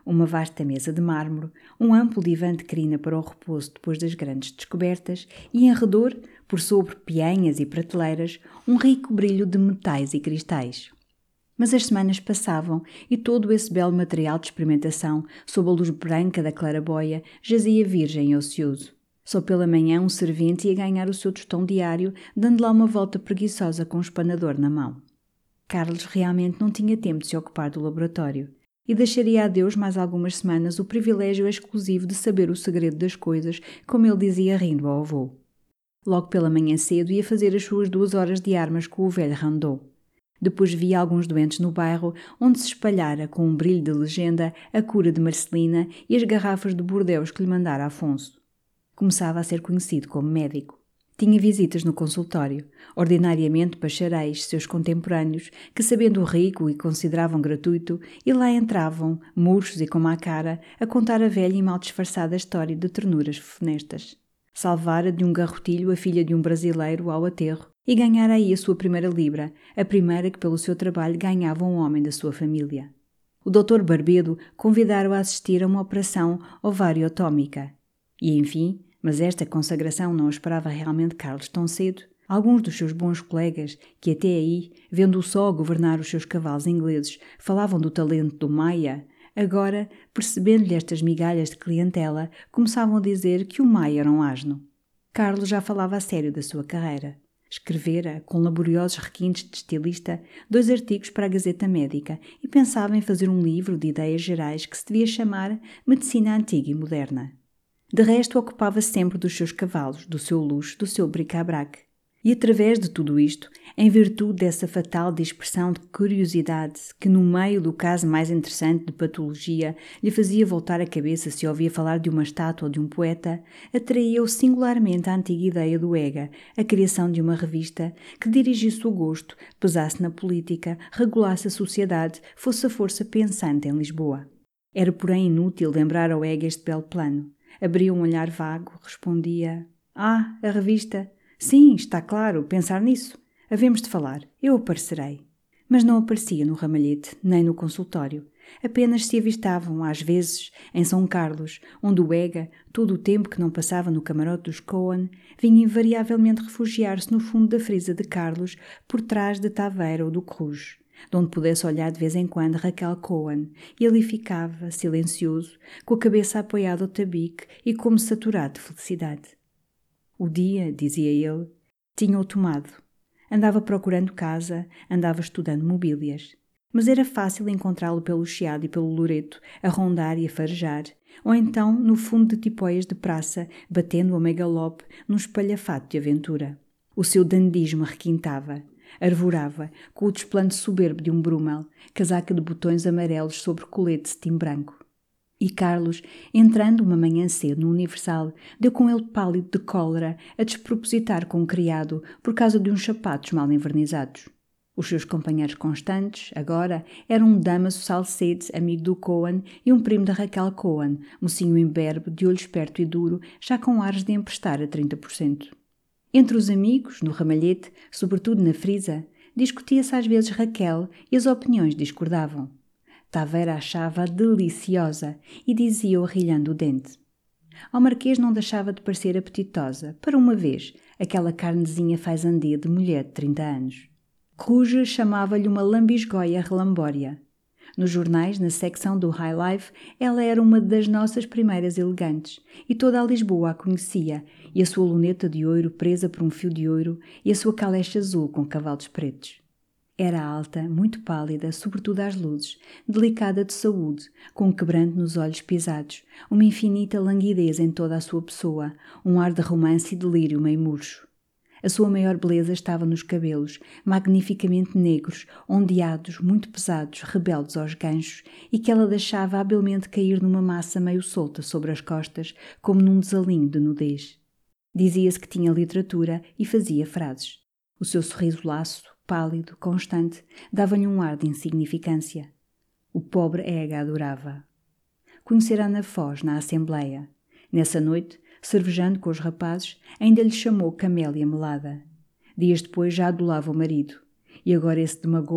uma vasta mesa de mármore, um amplo divã de crina para o repouso depois das grandes descobertas e, em redor, por sobre pianhas e prateleiras, um rico brilho de metais e cristais. Mas as semanas passavam e todo esse belo material de experimentação, sob a luz branca da claraboia, jazia virgem e ocioso. Só pela manhã um servente ia ganhar o seu tostão diário, dando lá uma volta preguiçosa com o espanador na mão. Carlos realmente não tinha tempo de se ocupar do laboratório e deixaria a Deus mais algumas semanas o privilégio exclusivo de saber o segredo das coisas, como ele dizia rindo ao avô. Logo pela manhã cedo ia fazer as suas duas horas de armas com o velho Randot. Depois via alguns doentes no bairro, onde se espalhara, com um brilho de legenda, a cura de Marcelina e as garrafas de Bordeus que lhe mandara Afonso. Começava a ser conhecido como médico. Tinha visitas no consultório, ordinariamente bacharéis, seus contemporâneos, que, sabendo o rico e consideravam gratuito, e lá entravam, murchos e com má cara, a contar a velha e mal disfarçada história de ternuras funestas. Salvara de um garrotilho a filha de um brasileiro ao aterro e ganhara aí a sua primeira libra, a primeira que pelo seu trabalho ganhava um homem da sua família. O doutor Barbedo convidara-o a assistir a uma operação ovariotómica. E, enfim, mas esta consagração não esperava realmente Carlos tão cedo. Alguns dos seus bons colegas, que até aí, vendo-o só governar os seus cavalos ingleses, falavam do talento do Maia, agora, percebendo-lhe estas migalhas de clientela, começavam a dizer que o Maia era um asno. Carlos já falava a sério da sua carreira. Escrevera, com laboriosos requintes de estilista, dois artigos para a Gazeta Médica e pensava em fazer um livro de ideias gerais que se devia chamar Medicina Antiga e Moderna. De resto, ocupava-se sempre dos seus cavalos, do seu luxo, do seu bric-à-brac. E através de tudo isto, em virtude dessa fatal dispersão de curiosidade que, no meio do caso mais interessante de patologia, lhe fazia voltar a cabeça se ouvia falar de uma estátua ou de um poeta, atraía-o singularmente a antiga ideia do Ega, a criação de uma revista que dirigisse o gosto, pesasse na política, regulasse a sociedade, fosse a força pensante em Lisboa. Era, porém, inútil lembrar ao Ega este belo plano. Abria um olhar vago, respondia: Ah, a revista! Sim, está claro, pensar nisso. Havemos de falar. Eu aparecerei. Mas não aparecia no ramalhete, nem no consultório. Apenas se avistavam, às vezes, em São Carlos, onde o Ega, todo o tempo que não passava no camarote dos Cohen, vinha invariavelmente refugiar-se no fundo da frisa de Carlos, por trás de Taveira ou do Cruz, de onde pudesse olhar de vez em quando Raquel Cohen, e ali ficava, silencioso, com a cabeça apoiada ao tabique e como saturado de felicidade. O dia, dizia ele, tinha-o tomado. Andava procurando casa, andava estudando mobílias. Mas era fácil encontrá-lo pelo Chiado e pelo Loreto, a rondar e a farejar, ou então no fundo de tipóias de praça, batendo a meio galope num espalhafato de aventura. O seu dandismo requintava, arvorava, com o desplante soberbo de um Brummel, casaca de botões amarelos sobre colete de cetim branco. E Carlos, entrando uma manhã cedo no Universal, deu com ele pálido de cólera a despropositar com um criado por causa de uns sapatos mal envernizados. Os seus companheiros constantes, agora, eram um Damaso Salcedo, amigo do Cohen, e um primo da Raquel Cohen, mocinho imberbe, de olho esperto e duro, já com ares de emprestar a trinta por cento. Entre os amigos, no ramalhete, sobretudo na frisa, discutia-se às vezes Raquel e as opiniões discordavam. Taveira achava-a deliciosa e dizia-o rilhando o dente. Ao Marquês não deixava de parecer apetitosa, para uma vez, aquela carnezinha fazandia de mulher de trinta anos. Ruge chamava-lhe uma lambisgoia relambória. Nos jornais, na secção do High Life, ela era uma das nossas primeiras elegantes, e toda a Lisboa a conhecia, e a sua luneta de ouro presa por um fio de ouro, e a sua caleche azul com cavalos pretos. Era alta, muito pálida, sobretudo às luzes, delicada de saúde, com um quebranto nos olhos pisados, uma infinita languidez em toda a sua pessoa, um ar de romance e delírio meio murcho. A sua maior beleza estava nos cabelos, magnificamente negros, ondeados, muito pesados, rebeldes aos ganchos, e que ela deixava habilmente cair numa massa meio solta sobre as costas, como num desalinho de nudez. Dizia-se que tinha literatura e fazia frases. O seu sorriso laço, pálido, constante, dava-lhe um ar de insignificância. O pobre Ega adorava. Conhecera Ana Foz na Assembleia. Nessa noite, cervejando com os rapazes, ainda lhe chamou Camélia Melada. Dias depois já adulava o marido. E agora esse demagogo,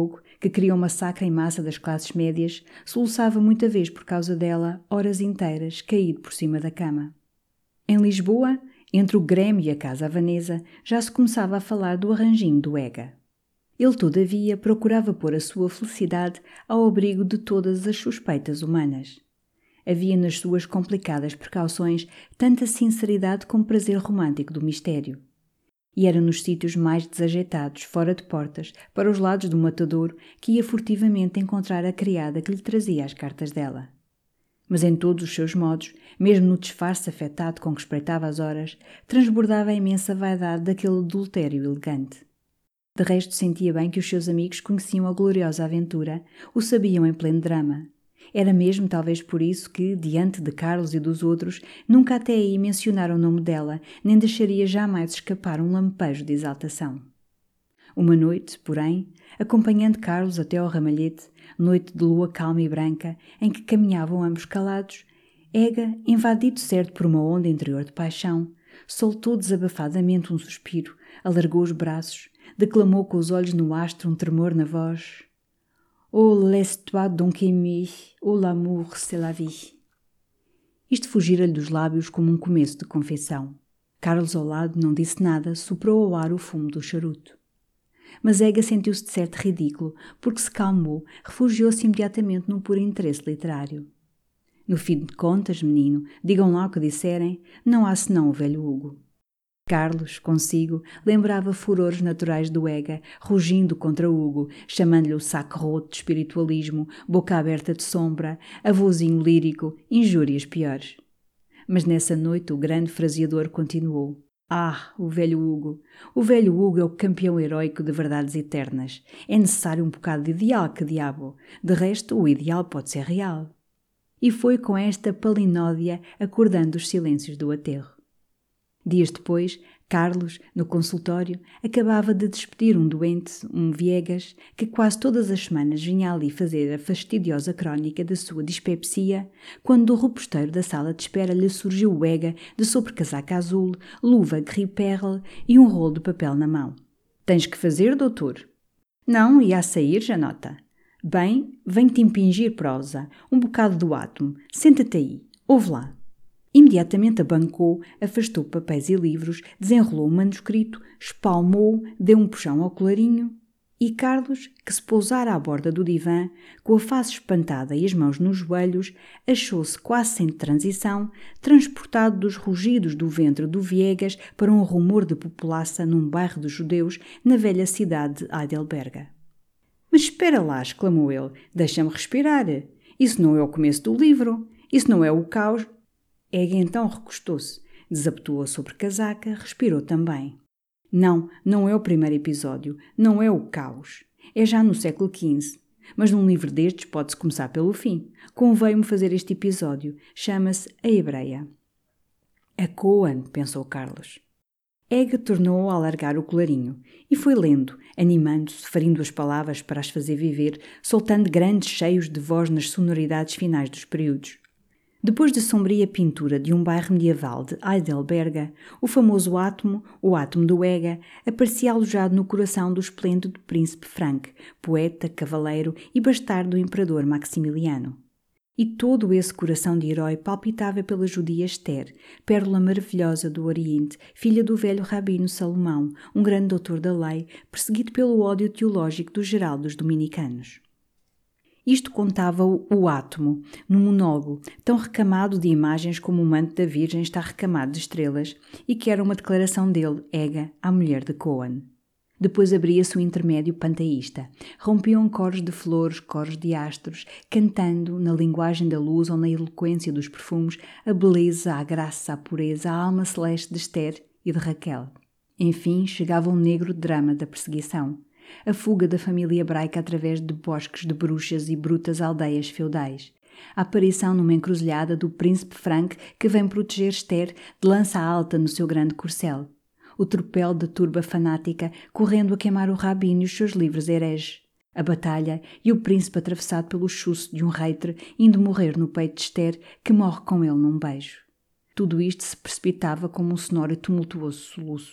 que queria um massacre em massa das classes médias, soluçava muita vez por causa dela horas inteiras caído por cima da cama. Em Lisboa, entre o Grêmio e a Casa Havanesa, já se começava a falar do arranjinho do Ega. Ele, todavia, procurava pôr a sua felicidade ao abrigo de todas as suspeitas humanas. Havia nas suas complicadas precauções tanta sinceridade como prazer romântico do mistério. E era nos sítios mais desajeitados, fora de portas, para os lados do matadouro, que ia furtivamente encontrar a criada que lhe trazia as cartas dela. Mas em todos os seus modos, mesmo no disfarce afetado com que espreitava as horas, transbordava a imensa vaidade daquele adultério elegante. De resto, sentia bem que os seus amigos conheciam a gloriosa aventura, o sabiam em pleno drama. Era mesmo talvez por isso que, diante de Carlos e dos outros, nunca até aí mencionaram o nome dela, nem deixaria jamais escapar um lampejo de exaltação. Uma noite, porém, acompanhando Carlos até ao ramalhete, noite de lua calma e branca, em que caminhavam ambos calados, Ega, invadido certo por uma onda interior de paixão, soltou desabafadamente um suspiro, alargou os braços, declamou com os olhos no astro um tremor na voz: Oh, laisse-toi donc aimer, oh l'amour, c'est la vie. Isto fugira-lhe dos lábios como um começo de confissão. Carlos ao lado não disse nada, soprou ao ar o fumo do charuto. Mas Ega sentiu-se de certo ridículo, porque se calmou, refugiou-se imediatamente num puro interesse literário. No fim de contas, menino, digam lá o que disserem, não há senão o velho Hugo. Carlos, consigo, lembrava furores naturais do Ega, rugindo contra Hugo, chamando-lhe o saco roto de espiritualismo, boca aberta de sombra, avôzinho lírico, injúrias piores. Mas nessa noite o grande fraseador continuou: Ah, o velho Hugo! O velho Hugo é o campeão heroico de verdades eternas. É necessário um bocado de ideal, que diabo! De resto, o ideal pode ser real. E foi com esta palinódia acordando os silêncios do aterro. Dias depois, Carlos, no consultório, acabava de despedir um doente, um Viegas, que quase todas as semanas vinha ali fazer a fastidiosa crónica da sua dispepsia, quando do reposteiro da sala de espera lhe surgiu o Ega de sobrecasaca azul, luva gris-perle e um rolo de papel na mão. Tens que fazer, doutor? Não, ia a sair, já nota. Bem, venho-te impingir prosa, um bocado do átomo. Senta-te aí, ouve lá. Imediatamente abancou, afastou papéis e livros, desenrolou o manuscrito, espalmou, deu um puxão ao colarinho e Carlos, que se pousara à borda do divã, com a face espantada e as mãos nos joelhos, achou-se quase sem transição, transportado dos rugidos do ventre do Viegas para um rumor de populaça num bairro dos judeus na velha cidade de Heidelberga. Mas espera lá, exclamou ele, deixa-me respirar. Isso não é o começo do livro, isso não é o caos. Ega então recostou-se, desabotoou a sobrecasaca, respirou também. Não, não é o primeiro episódio, não é o caos. É já no século quinze. Mas num livro destes pode-se começar pelo fim. Conveio-me fazer este episódio. Chama-se A Hebreia. A Coan, pensou Carlos. Ega tornou a alargar o colarinho e foi lendo, animando-se, ferindo as palavras para as fazer viver, soltando grandes cheios de voz nas sonoridades finais dos períodos. Depois da sombria pintura de um bairro medieval de Heidelberga, o famoso átomo, o átomo do Ega, aparecia alojado no coração do esplêndido príncipe Frank, poeta, cavaleiro e bastardo do imperador Maximiliano. E todo esse coração de herói palpitava pela judia Esther, pérola maravilhosa do Oriente, filha do velho rabino Salomão, um grande doutor da lei, perseguido pelo ódio teológico do geral dos dominicanos. Isto contava o, o átomo, no monólogo, tão recamado de imagens como o manto da Virgem está recamado de estrelas, e que era uma declaração dele, Ega, à mulher de Coan. Depois abria-se o intermédio panteísta. Rompiam coros de flores, coros de astros, cantando, na linguagem da luz ou na eloquência dos perfumes, a beleza, a graça, a pureza, a alma celeste de Esther e de Raquel. Enfim, chegava o negro drama da perseguição. A fuga da família hebraica através de bosques de bruxas e brutas aldeias feudais. A aparição numa encruzilhada do príncipe Frank que vem proteger Esther de lança alta no seu grande corcel. O tropel da turba fanática correndo a queimar o rabino e os seus livros hereges. A batalha e o príncipe atravessado pelo chuço de um reitre indo morrer no peito de Esther que morre com ele num beijo. Tudo isto se precipitava como um sonoro e tumultuoso soluço.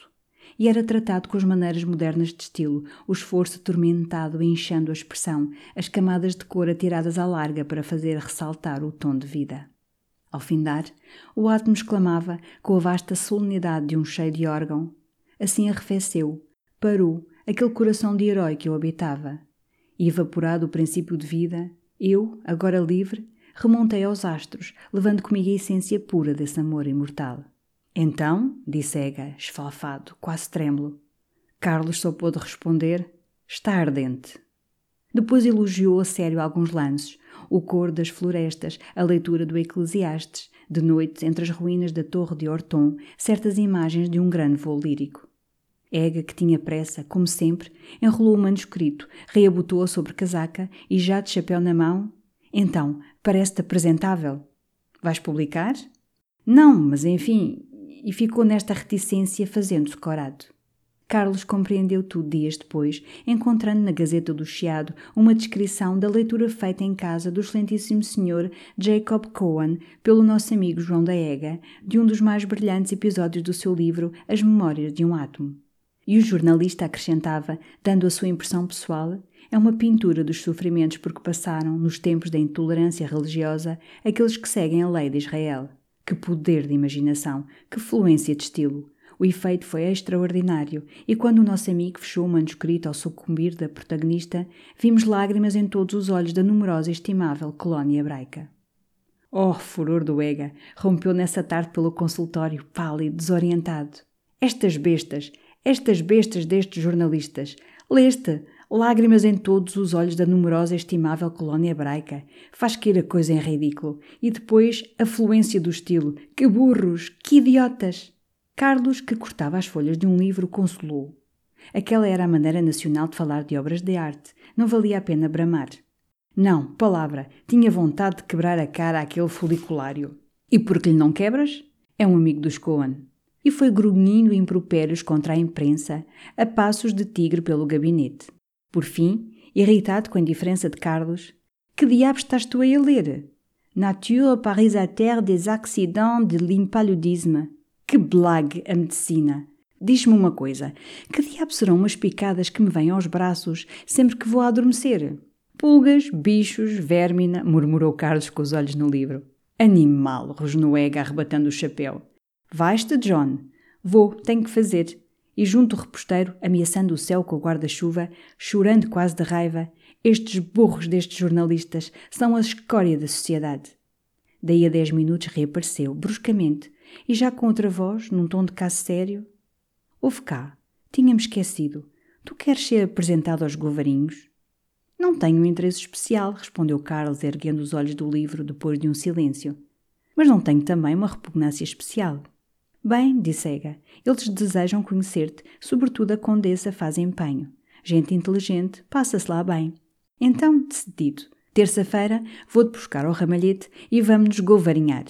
e era tratado com as maneiras modernas de estilo, o esforço atormentado inchando a expressão, as camadas de cor atiradas à larga para fazer ressaltar o tom de vida. Ao findar, o átomo exclamava, com a vasta solenidade de um cheio de órgão: assim arrefeceu, parou, aquele coração de herói que eu habitava. E evaporado o princípio de vida, eu, agora livre, remontei aos astros, levando comigo a essência pura desse amor imortal. Então, disse Ega, esfalfado, quase trêmulo. Carlos só pôde responder: está ardente. Depois elogiou a sério alguns lances, o cor das florestas, a leitura do Eclesiastes, de noite, entre as ruínas da Torre de Orton, certas imagens de um grande voo lírico. Ega, que tinha pressa, como sempre, enrolou o manuscrito, reabotou a sobrecasaca e, já de chapéu na mão: então, parece-te apresentável? Vais publicar? Não, mas enfim... E ficou nesta reticência, fazendo-se corado. Carlos compreendeu tudo dias depois, encontrando na Gazeta do Chiado uma descrição da leitura feita em casa do excelentíssimo senhor Jacob Cohen pelo nosso amigo João da Ega, de um dos mais brilhantes episódios do seu livro As Memórias de um Átomo. E o jornalista acrescentava, dando a sua impressão pessoal: é uma pintura dos sofrimentos por que passaram, nos tempos da intolerância religiosa, aqueles que seguem a lei de Israel. Que poder de imaginação, que fluência de estilo! O efeito foi extraordinário, e quando o nosso amigo fechou o manuscrito ao sucumbir da protagonista, vimos lágrimas em todos os olhos da numerosa e estimável colónia hebraica. Oh, furor do Ega! Rompeu nessa tarde pelo consultório, pálido, desorientado. Estas bestas, estas bestas destes jornalistas! Leste! Lágrimas em todos os olhos da numerosa e estimável colónia hebraica. Faz cair a coisa em ridículo. E depois, a fluência do estilo. Que burros! Que idiotas! Carlos, que cortava as folhas de um livro, consolou. Aquela era a maneira nacional de falar de obras de arte. Não valia a pena bramar. Não, palavra, tinha vontade de quebrar a cara àquele foliculário. E por que lhe não quebras? É um amigo dos Cohen. E foi grunhindo impropérios contra a imprensa, a passos de tigre pelo gabinete. Por fim, irritado com a indiferença de Carlos: que diabos estás tu a ler? Nature parisateur des accidents de l'impaludisme. Que blague a medicina! Diz-me uma coisa, que diabos serão umas picadas que me vêm aos braços sempre que vou a adormecer? Pulgas, bichos, vérmina, murmurou Carlos com os olhos no livro. Animal, rosnou Ega, arrebatando o chapéu. Vais-te, John? Vou, tenho que fazer. E junto ao reposteiro, ameaçando o céu com o guarda-chuva, chorando quase de raiva: estes burros destes jornalistas são a escória da sociedade. Daí a dez minutos reapareceu, bruscamente, e já com outra voz, num tom de caso sério: ouve cá, tinha-me esquecido. Tu queres ser apresentado aos govarinhos? Não tenho um interesse especial, respondeu Carlos, erguendo os olhos do livro depois de um silêncio. Mas não tenho também uma repugnância especial. Bem, disse Ega, eles desejam conhecer-te, sobretudo a condessa faz empenho. Gente inteligente, passa-se lá bem. Então, decidido, terça-feira vou-te buscar ao ramalhete e vamos-nos govarinhar.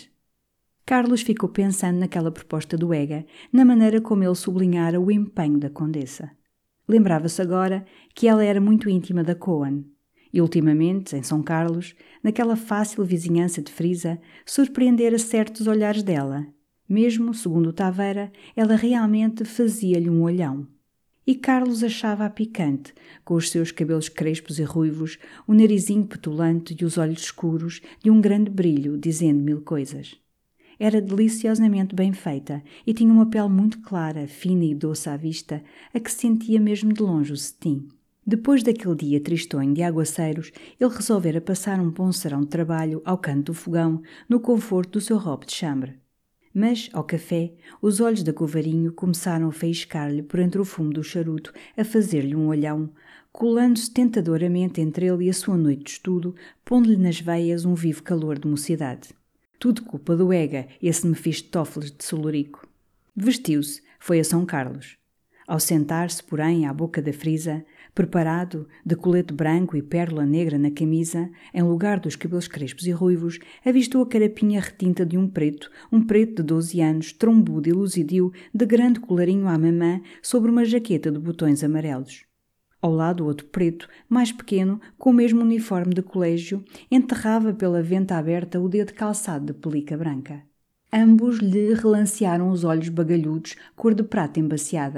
Carlos ficou pensando naquela proposta do Ega, na maneira como ele sublinhara o empenho da condessa. Lembrava-se agora que ela era muito íntima da Cohen. E ultimamente, em São Carlos, naquela fácil vizinhança de Frisa, surpreendera certos olhares dela. Mesmo, segundo o Taveira, ela realmente fazia-lhe um olhão. E Carlos achava-a picante, com os seus cabelos crespos e ruivos, o narizinho petulante e os olhos escuros de um grande brilho, dizendo mil coisas. Era deliciosamente bem feita e tinha uma pele muito clara, fina e doce à vista, a que se sentia mesmo de longe o cetim. Depois daquele dia tristonho de aguaceiros, ele resolvera passar um bom serão de trabalho ao canto do fogão, no conforto do seu robe de chambre. Mas, ao café, os olhos da Govarinho começaram a faiscar-lhe por entre o fumo do charuto, a fazer-lhe um olhão, colando-se tentadoramente entre ele e a sua noite de estudo, pondo-lhe nas veias um vivo calor de mocidade. Tudo culpa do Ega, esse Mefistófeles de Solurico. Vestiu-se, foi a São Carlos. Ao sentar-se, porém, à boca da frisa, preparado, de colete branco e pérola negra na camisa, em lugar dos cabelos crespos e ruivos, avistou a carapinha retinta de um preto, um preto de doze anos, trombudo e luzidio, de grande colarinho à mamã, sobre uma jaqueta de botões amarelos. Ao lado, outro preto, mais pequeno, com o mesmo uniforme de colégio, enterrava pela venta aberta o dedo calçado de pelica branca. Ambos lhe relancearam os olhos bagalhudos, cor de prata embaciada.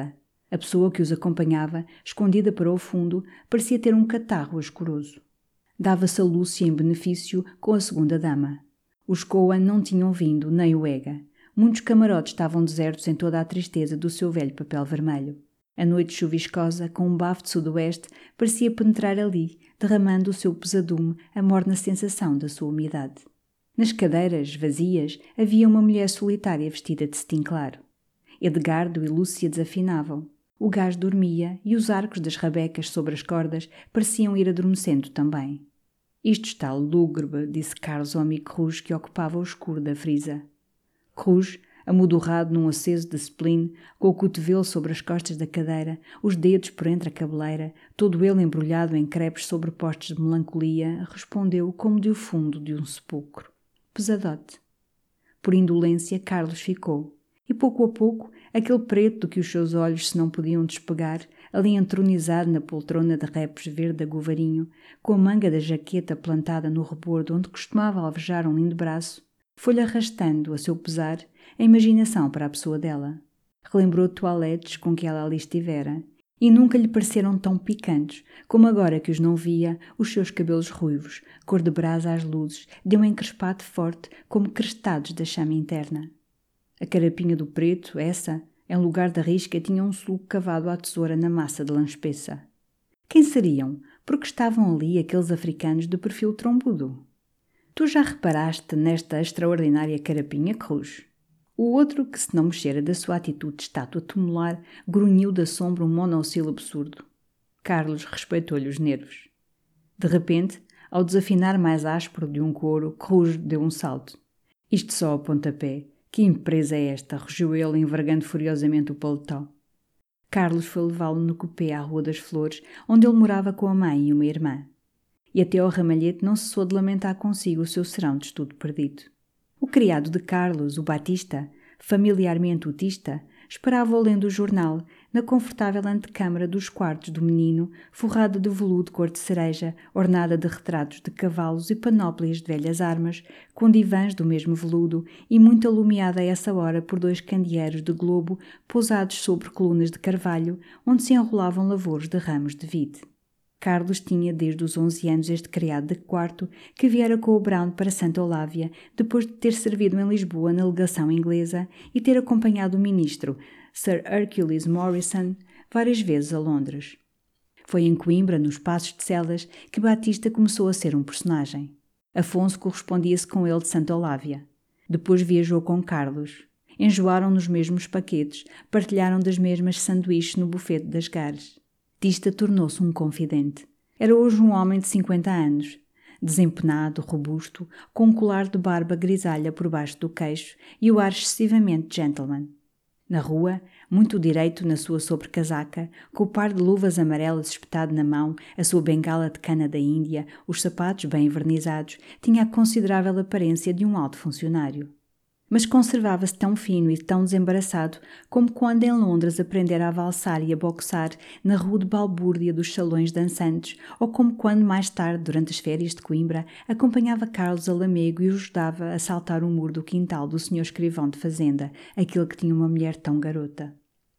A pessoa que os acompanhava, escondida para o fundo, parecia ter um catarro ascoroso. Dava-se a Lúcia em benefício com a segunda dama. Os Cohen não tinham vindo, nem o Ega. Muitos camarotes estavam desertos em toda a tristeza do seu velho papel vermelho. A noite chuviscosa, com um bafo de sudoeste, parecia penetrar ali, derramando o seu pesadume, a morna sensação da sua umidade. Nas cadeiras, vazias, havia uma mulher solitária vestida de cetim claro. Edgardo e Lúcia desafinavam. O gás dormia e os arcos das rabecas sobre as cordas pareciam ir adormecendo também. Isto está lúgubre, disse Carlos ao amigo Rouge que ocupava o escuro da frisa. Rouge, amodorrado num aceso de spleen, com o cotovelo sobre as costas da cadeira, os dedos por entre a cabeleira, todo ele embrulhado em crepes sobrepostos de melancolia, respondeu como de o fundo de um sepulcro. Pesadote. Por indolência, Carlos ficou. E pouco a pouco, aquele preto do que os seus olhos se não podiam despegar, ali entronizado na poltrona de repes verde agovarinho, com a manga da jaqueta plantada no rebordo onde costumava alvejar um lindo braço, foi-lhe arrastando, a seu pesar, a imaginação para a pessoa dela. Relembrou toaletes com que ela ali estivera, e nunca lhe pareceram tão picantes, como agora que os não via, os seus cabelos ruivos, cor de brasa às luzes, de um encrespado forte, como crestados da chama interna. A carapinha do preto, essa, em lugar da risca, tinha um sulco cavado à tesoura na massa de lã espessa. Quem seriam? Porque estavam ali aqueles africanos de perfil trombudo. Tu já reparaste nesta extraordinária carapinha, Cruz? O outro, que se não mexera da sua atitude de estátua tumular, grunhiu da sombra um monossílabo surdo. Carlos respeitou-lhe os nervos. De repente, ao desafinar mais áspero de um coro, Cruz deu um salto. Isto só a pontapé. Que empresa é esta? Rugiu ele, envergando furiosamente o paletó. Carlos foi levá-lo no cupê à Rua das Flores, onde ele morava com a mãe e uma irmã. E até ao ramalhete não cessou de lamentar consigo o seu serão de estudo perdido. O criado de Carlos, o Batista, familiarmente utista, esperava-o lendo o jornal, na confortável antecâmara dos quartos do menino, forrada de veludo cor de cereja, ornada de retratos de cavalos e panóplias de velhas armas, com divãs do mesmo veludo e muito alumiada a essa hora por dois candeeiros de globo pousados sobre colunas de carvalho, onde se enrolavam lavouros de ramos de vide. Carlos tinha desde os onze anos este criado de quarto que viera com o Brown para Santa Olávia, depois de ter servido em Lisboa na legação inglesa e ter acompanhado o ministro, Sir Hercules Morrison, várias vezes a Londres. Foi em Coimbra, nos Passos de Celas, que Batista começou a ser um personagem. Afonso correspondia-se com ele de Santa Olávia. Depois viajou com Carlos. Enjoaram nos mesmos paquetes, partilharam das mesmas sanduíches no bufete das Gares. Batista tornou-se um confidente. Era hoje um homem de cinquenta anos, desempenado, robusto, com um colar de barba grisalha por baixo do queixo e o ar excessivamente gentleman. Na rua, muito direito na sua sobrecasaca, com o par de luvas amarelas espetado na mão, a sua bengala de cana da Índia, os sapatos bem envernizados, tinha a considerável aparência de um alto funcionário. Mas conservava-se tão fino e tão desembaraçado como quando em Londres aprendera a valsar e a boxar na rude balbúrdia dos salões dançantes, ou como quando, mais tarde, durante as férias de Coimbra, acompanhava Carlos a Lamego e o ajudava a saltar o muro do quintal do senhor escrivão de fazenda, aquele que tinha uma mulher tão garota.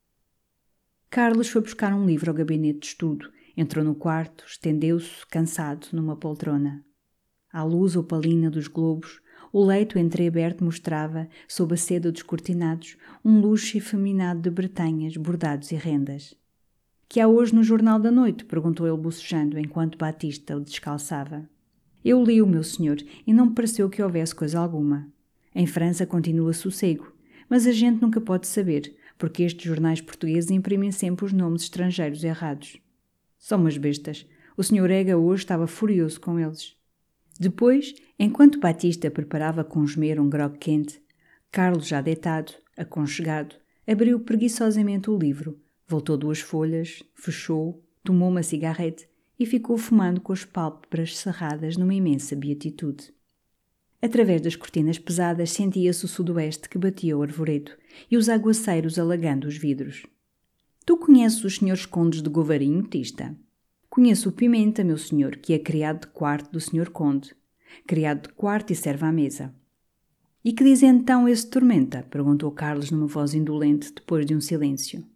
Carlos foi buscar um livro ao gabinete de estudo, entrou no quarto, estendeu-se, cansado, numa poltrona. À luz opalina dos globos, o leito entreaberto mostrava, sob a seda dos cortinados, um luxo efeminado de bretanhas, bordados e rendas. — Que há hoje no Jornal da Noite? — perguntou ele bocejando, enquanto Batista o descalçava. — Eu li-o, meu senhor, e não me pareceu que houvesse coisa alguma. Em França continua sossego, mas a gente nunca pode saber, porque estes jornais portugueses imprimem sempre os nomes estrangeiros errados. São umas bestas. O senhor Ega hoje estava furioso com eles. Depois, enquanto Batista preparava com esmero um grog quente, Carlos, já deitado, aconchegado, abriu preguiçosamente o livro, voltou duas folhas, fechou, tomou uma cigarrete e ficou fumando com as pálpebras cerradas numa imensa beatitude. Através das cortinas pesadas sentia-se o sudoeste que batia o arvoredo e os aguaceiros alagando os vidros. — Tu conheces os senhores condes de Govarinho, Tista? — Conheço o Pimenta, meu senhor, que é criado de quarto do senhor conde. Criado de quarto e serve à mesa. — E que diz então esse Tormenta? — perguntou Carlos numa voz indolente, depois de um silêncio.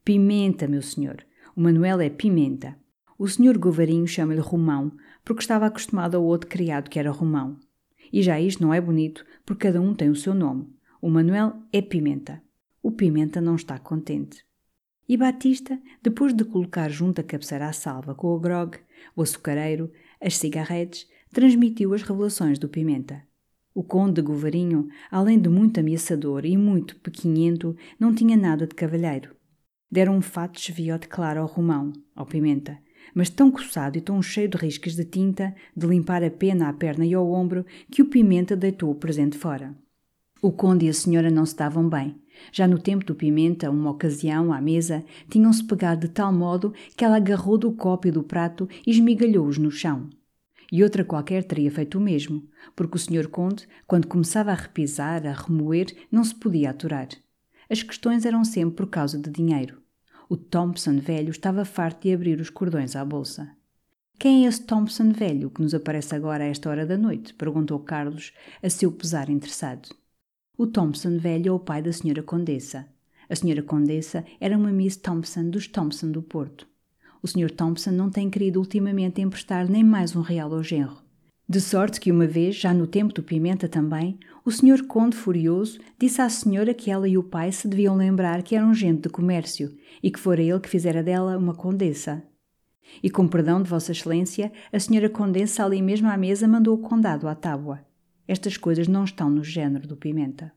Pimenta, meu senhor. O Manuel é Pimenta. O senhor Govarinho chama-lhe Romão, porque estava acostumado ao outro criado que era Romão. E já isto não é bonito, porque cada um tem o seu nome. O Manuel é Pimenta. O Pimenta não está contente. E Batista, depois de colocar junto a cabeceira à salva com o grog, o açucareiro, as cigarretes, transmitiu as revelações do Pimenta. O conde de Govarinho, além de muito ameaçador e muito pequinhento, não tinha nada de cavalheiro. Deram um fato de cheviote claro ao Romão, ao Pimenta, mas tão coçado e tão cheio de riscas de tinta, de limpar a pena à perna e ao ombro, que o Pimenta deitou o presente fora. O conde e a senhora não se davam bem. Já no tempo do Pimenta, uma ocasião, à mesa, tinham-se pegado de tal modo que ela agarrou do copo e do prato e esmigalhou-os no chão. E outra qualquer teria feito o mesmo, porque o senhor conde, quando começava a repisar, a remoer, não se podia aturar. As questões eram sempre por causa de dinheiro. O Thompson velho estava farto de abrir os cordões à bolsa. «Quem é esse Thompson velho que nos aparece agora a esta hora da noite?» perguntou Carlos, a seu pesar interessado. O Thompson velho é o pai da senhora Condessa. A senhora Condessa era uma Miss Thompson dos Thompson do Porto. O senhor Thompson não tem querido ultimamente emprestar nem mais um real ao genro. De sorte que uma vez, já no tempo do Pimenta também, o senhor Conde furioso disse à senhora que ela e o pai se deviam lembrar que eram gente de comércio e que fora ele que fizera dela uma condessa. E com perdão de Vossa Excelência, a senhora Condessa ali mesmo à mesa mandou o condado à tábua. Estas coisas não estão no género do Pimenta.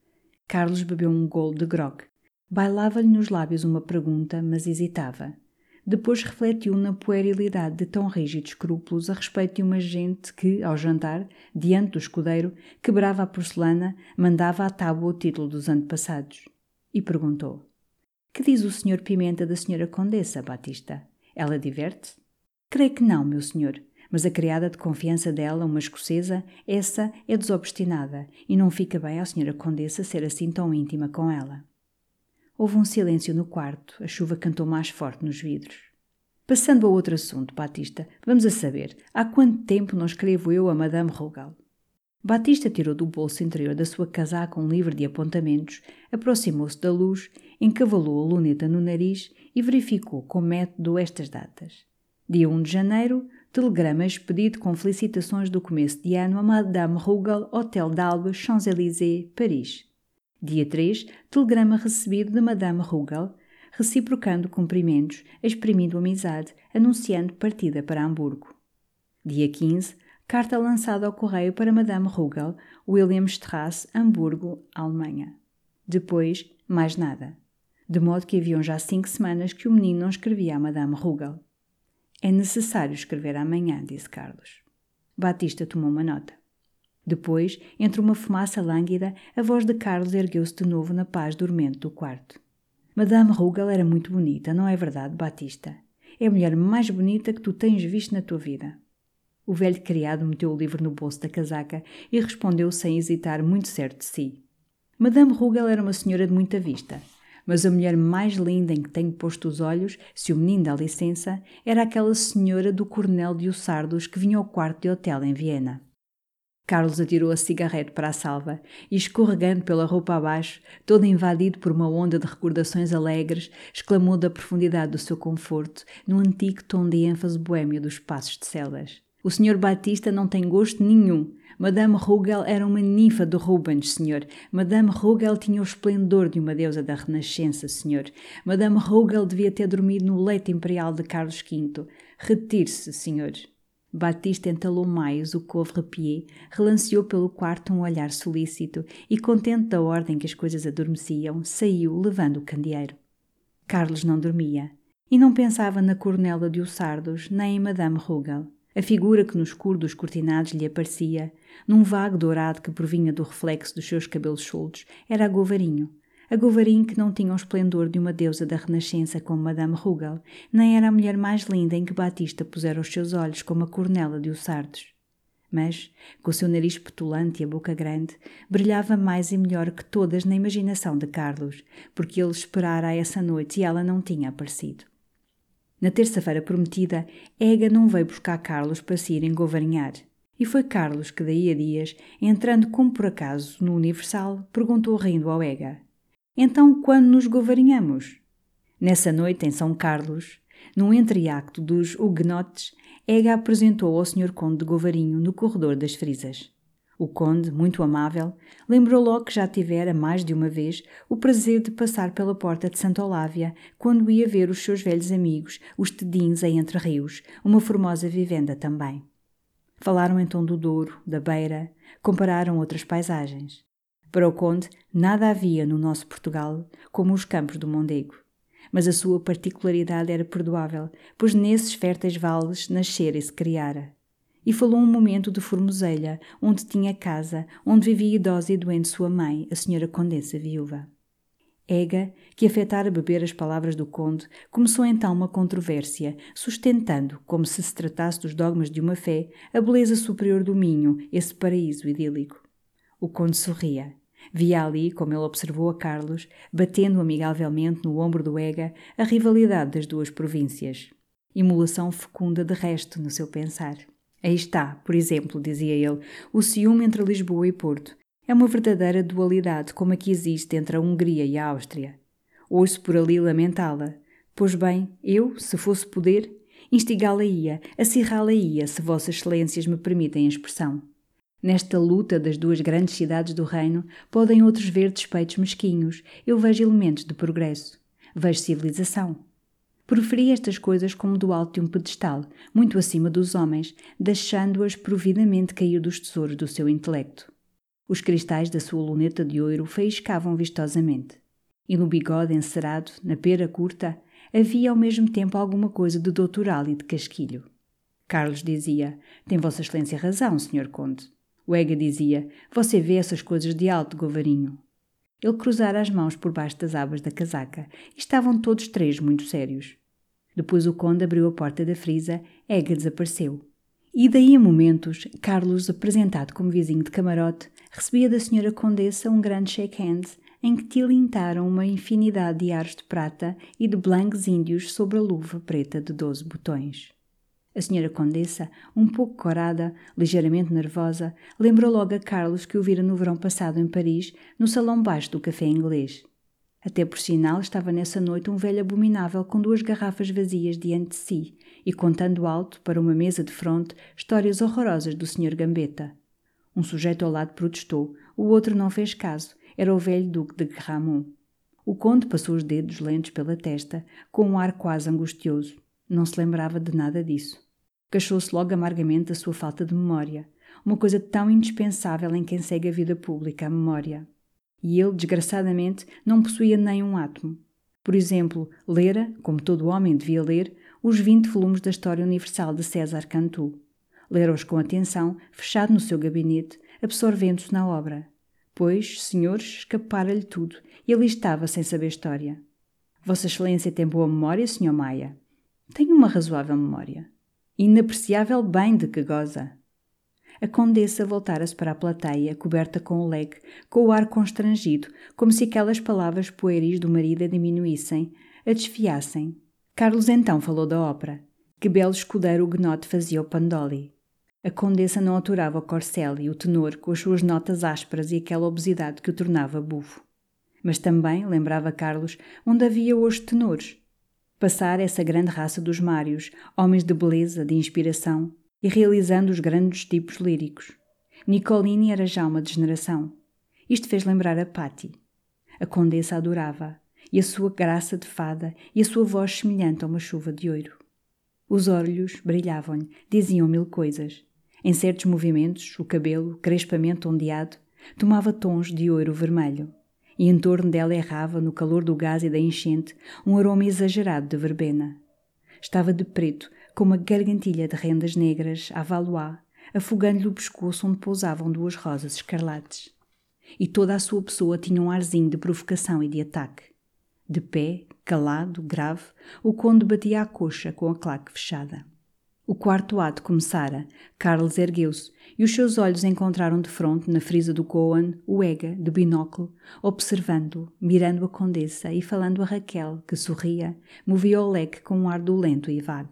Carlos bebeu um golo de grog. Bailava-lhe nos lábios uma pergunta, mas hesitava. Depois refletiu na puerilidade de tão rígidos escrúpulos a respeito de uma gente que, ao jantar, diante do escudeiro, quebrava a porcelana, mandava à tábua o título dos antepassados. E perguntou: «Que diz o senhor Pimenta da senhora Condessa, Batista? Ela diverte?» «Creio que não, meu senhor. Mas a criada de confiança dela, uma escocesa, essa é desobstinada e não fica bem à senhora Condessa ser assim tão íntima com ela.» Houve um silêncio no quarto, a chuva cantou mais forte nos vidros. «Passando a outro assunto, Batista, vamos a saber, há quanto tempo não escrevo eu a Madame Rougal?» Batista tirou do bolso interior da sua casaca um livro de apontamentos, aproximou-se da luz, encavalou a luneta no nariz e verificou com método estas datas. Dia um de janeiro, telegrama expedido com felicitações do começo de ano a Madame Rougal, Hotel d'Albe, Champs-Élysées, Paris. Dia três, telegrama recebido de Madame Rougal, reciprocando cumprimentos, exprimindo amizade, anunciando partida para Hamburgo. Dia quinze, carta lançada ao correio para Madame Rougal, Wilhelmstrasse, Hamburgo, Alemanha. Depois, mais nada. De modo que haviam já cinco semanas que o menino não escrevia a Madame Rougal. «É necessário escrever amanhã», disse Carlos. Batista tomou uma nota. Depois, entre uma fumaça lânguida, a voz de Carlos ergueu-se de novo na paz dormente do quarto. «Madame Rougal era muito bonita, não é verdade, Batista? É a mulher mais bonita que tu tens visto na tua vida.» O velho criado meteu o livro no bolso da casaca e respondeu sem hesitar, muito certo de si. «Madame Rougal era uma senhora de muita vista, mas a mulher mais linda em que tenho posto os olhos, se o menino dá licença, era aquela senhora do coronel de Ussardos que vinha ao quarto de hotel em Viena.» Carlos atirou a cigarrete para a salva e, escorregando pela roupa abaixo, todo invadido por uma onda de recordações alegres, exclamou da profundidade do seu conforto, no antigo tom de ênfase boêmio dos passos de Celas: «O senhor Batista não tem gosto nenhum. Madame Rougal era uma ninfa de Rubens, senhor. Madame Rougal tinha o esplendor de uma deusa da Renascença, senhor. Madame Rougal devia ter dormido no leito imperial de Carlos quinto. Retire-se, senhor.» Batista entalou mais o couvre-pied, relanceou pelo quarto um olhar solícito e, contente da ordem que as coisas adormeciam, saiu levando o candeeiro. Carlos não dormia e não pensava na coronela de Ussardos nem em Madame Rougal. A figura que no escuro dos cortinados lhe aparecia, num vago dourado que provinha do reflexo dos seus cabelos soltos, era a Govarinho. A Govarinho que não tinha o esplendor de uma deusa da Renascença como Madame Rougal, nem era a mulher mais linda em que Batista pusera os seus olhos como a coronela de Ussardos. Mas, com o seu nariz petulante e a boca grande, brilhava mais e melhor que todas na imaginação de Carlos, porque ele esperara essa noite e ela não tinha aparecido. Na terça-feira prometida, Ega não veio buscar Carlos para se ir engovarinhar. E foi Carlos que, daí a dias, entrando como por acaso no Universal, perguntou rindo ao Ega: «Então, quando nos govarinhamos?» Nessa noite, em São Carlos, num entreacto dos huguenotes, Ega apresentou ao senhor Conde de Govarinho no corredor das Frisas. O conde, muito amável, lembrou logo que já tivera mais de uma vez o prazer de passar pela porta de Santa Olávia quando ia ver os seus velhos amigos, os Tedins em Entre Rios, uma formosa vivenda também. Falaram então do Douro, da Beira, compararam outras paisagens. Para o conde, nada havia no nosso Portugal como os campos do Mondego. Mas a sua particularidade era perdoável, pois nesses férteis vales nascera e se criara. E falou um momento de Formoselha, onde tinha casa, onde vivia idosa e doente sua mãe, a senhora Condessa viúva. Ega, que afetara beber as palavras do conde, começou então uma controvérsia, sustentando, como se se tratasse dos dogmas de uma fé, a beleza superior do Minho, esse paraíso idílico. O conde sorria. Via ali, como ele observou a Carlos, batendo amigavelmente no ombro do Ega, a rivalidade das duas províncias. Emulação fecunda de resto no seu pensar. Aí está, por exemplo, dizia ele, o ciúme entre Lisboa e Porto. É uma verdadeira dualidade como a que existe entre a Hungria e a Áustria. Ouço por ali lamentá-la. Pois bem, eu, se fosse poder, instigá-la-ia, acirrá-la-ia, se vossas excelências me permitem a expressão. Nesta luta das duas grandes cidades do reino, podem outros ver despeitos mesquinhos. Eu vejo elementos de progresso. Vejo civilização. Proferi estas coisas como do alto de um pedestal, muito acima dos homens, deixando-as providamente cair dos tesouros do seu intelecto. Os cristais da sua luneta de ouro faiscavam vistosamente. E no bigode encerado, na pera curta, havia ao mesmo tempo alguma coisa de doutoral e de casquilho. Carlos dizia, tem Vossa Excelência razão, senhor Conde. O Ega dizia, você vê essas coisas de alto, Govarinho. Ele cruzara as mãos por baixo das abas da casaca e estavam todos três muito sérios. Depois o conde abriu a porta da frisa, Ega desapareceu. E daí a momentos, Carlos, apresentado como vizinho de camarote, recebia da senhora Condessa um grande shake hands em que tilintaram uma infinidade de aros de prata e de blancos índios sobre a luva preta de doze botões. A senhora Condessa, um pouco corada, ligeiramente nervosa, lembrou logo a Carlos que o vira no verão passado em Paris, no salão baixo do café inglês. Até por sinal estava nessa noite um velho abominável com duas garrafas vazias diante de si e contando alto, para uma mesa de fronte, histórias horrorosas do senhor Gambetta. Um sujeito ao lado protestou, o outro não fez caso, era o velho duque de Gramont. O conde passou os dedos lentos pela testa, com um ar quase angustioso. Não se lembrava de nada disso. Queixou-se logo amargamente da sua falta de memória, uma coisa tão indispensável em quem segue a vida pública, a memória. E ele, desgraçadamente, não possuía nem um átomo. Por exemplo, lera, como todo homem devia ler, os vinte volumes da História Universal de César Cantu. Lera-os com atenção, fechado no seu gabinete, absorvendo-se na obra. Pois, senhores, escapara-lhe tudo, e ali estava sem saber história. Vossa Excelência tem boa memória, senhor Maia? Tenho uma razoável memória. Inapreciável bem de que goza. A condessa voltara-se para a plateia, coberta com o leque, com o ar constrangido, como se aquelas palavras pueris do marido a diminuíssem, a desfiassem. Carlos então falou da ópera. Que belo escudeiro o Huguenote fazia o Pandoli. A condessa não aturava o corcel e o tenor com as suas notas ásperas e aquela obesidade que o tornava bufo. Mas também, lembrava Carlos, onde havia hoje tenores. Passar essa grande raça dos Mários, homens de beleza, de inspiração, e realizando os grandes tipos líricos. Nicolini era já uma degeneração. Isto fez lembrar a Patti. A condessa adorava, e a sua graça de fada, e a sua voz semelhante a uma chuva de ouro. Os olhos brilhavam-lhe, diziam mil coisas. Em certos movimentos, o cabelo, crespamente ondeado, tomava tons de ouro vermelho, e em torno dela errava, no calor do gás e da enchente, um aroma exagerado de verbena. Estava de preto, com uma gargantilha de rendas negras à Valois, afogando-lhe o pescoço onde pousavam duas rosas escarlates. E toda a sua pessoa tinha um arzinho de provocação e de ataque. De pé, calado, grave, o conde batia a coxa com a claque fechada. O quarto ato começara, Carlos ergueu-se e os seus olhos encontraram de fronte, na frisa do Coan, o Ega, de binóculo, observando-o, mirando a condessa e falando a Raquel, que sorria, movia o leque com um ar dolento e vago.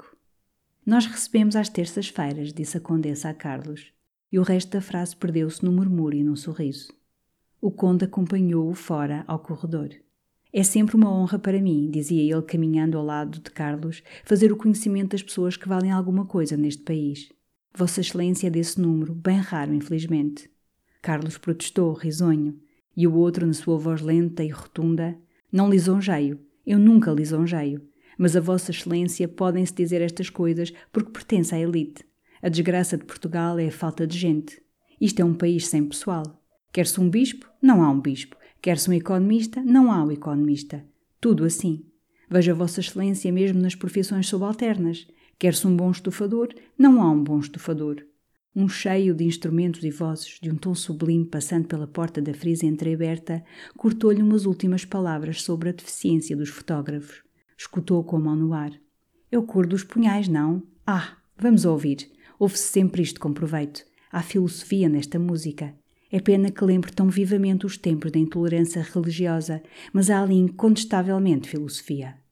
Nós recebemos às terças-feiras, disse a condessa a Carlos, e o resto da frase perdeu-se num murmúrio e num sorriso. O conde acompanhou-o fora ao corredor. É sempre uma honra para mim, dizia ele caminhando ao lado de Carlos, fazer o conhecimento das pessoas que valem alguma coisa neste país. Vossa Excelência é desse número, bem raro, infelizmente. Carlos protestou, risonho, e o outro, na sua voz lenta e rotunda: Não lisonjeio, eu nunca lisonjeio, mas a Vossa Excelência podem-se dizer estas coisas porque pertence à elite. A desgraça de Portugal é a falta de gente. Isto é um país sem pessoal. Quer-se um bispo? Não há um bispo. Quer-se um economista? Não há um economista. Tudo assim. Veja Vossa Excelência mesmo nas profissões subalternas. Quer-se um bom estufador? Não há um bom estufador. Um cheio de instrumentos e vozes, de um tom sublime passando pela porta da frisa entreaberta, cortou-lhe umas últimas palavras sobre a deficiência dos fotógrafos. Escutou com a mão no ar. É o cor dos punhais, não? Ah, vamos ouvir. Ouve-se sempre isto com proveito. Há filosofia nesta música. É pena que lembre tão vivamente os tempos da intolerância religiosa, mas há ali incontestavelmente filosofia.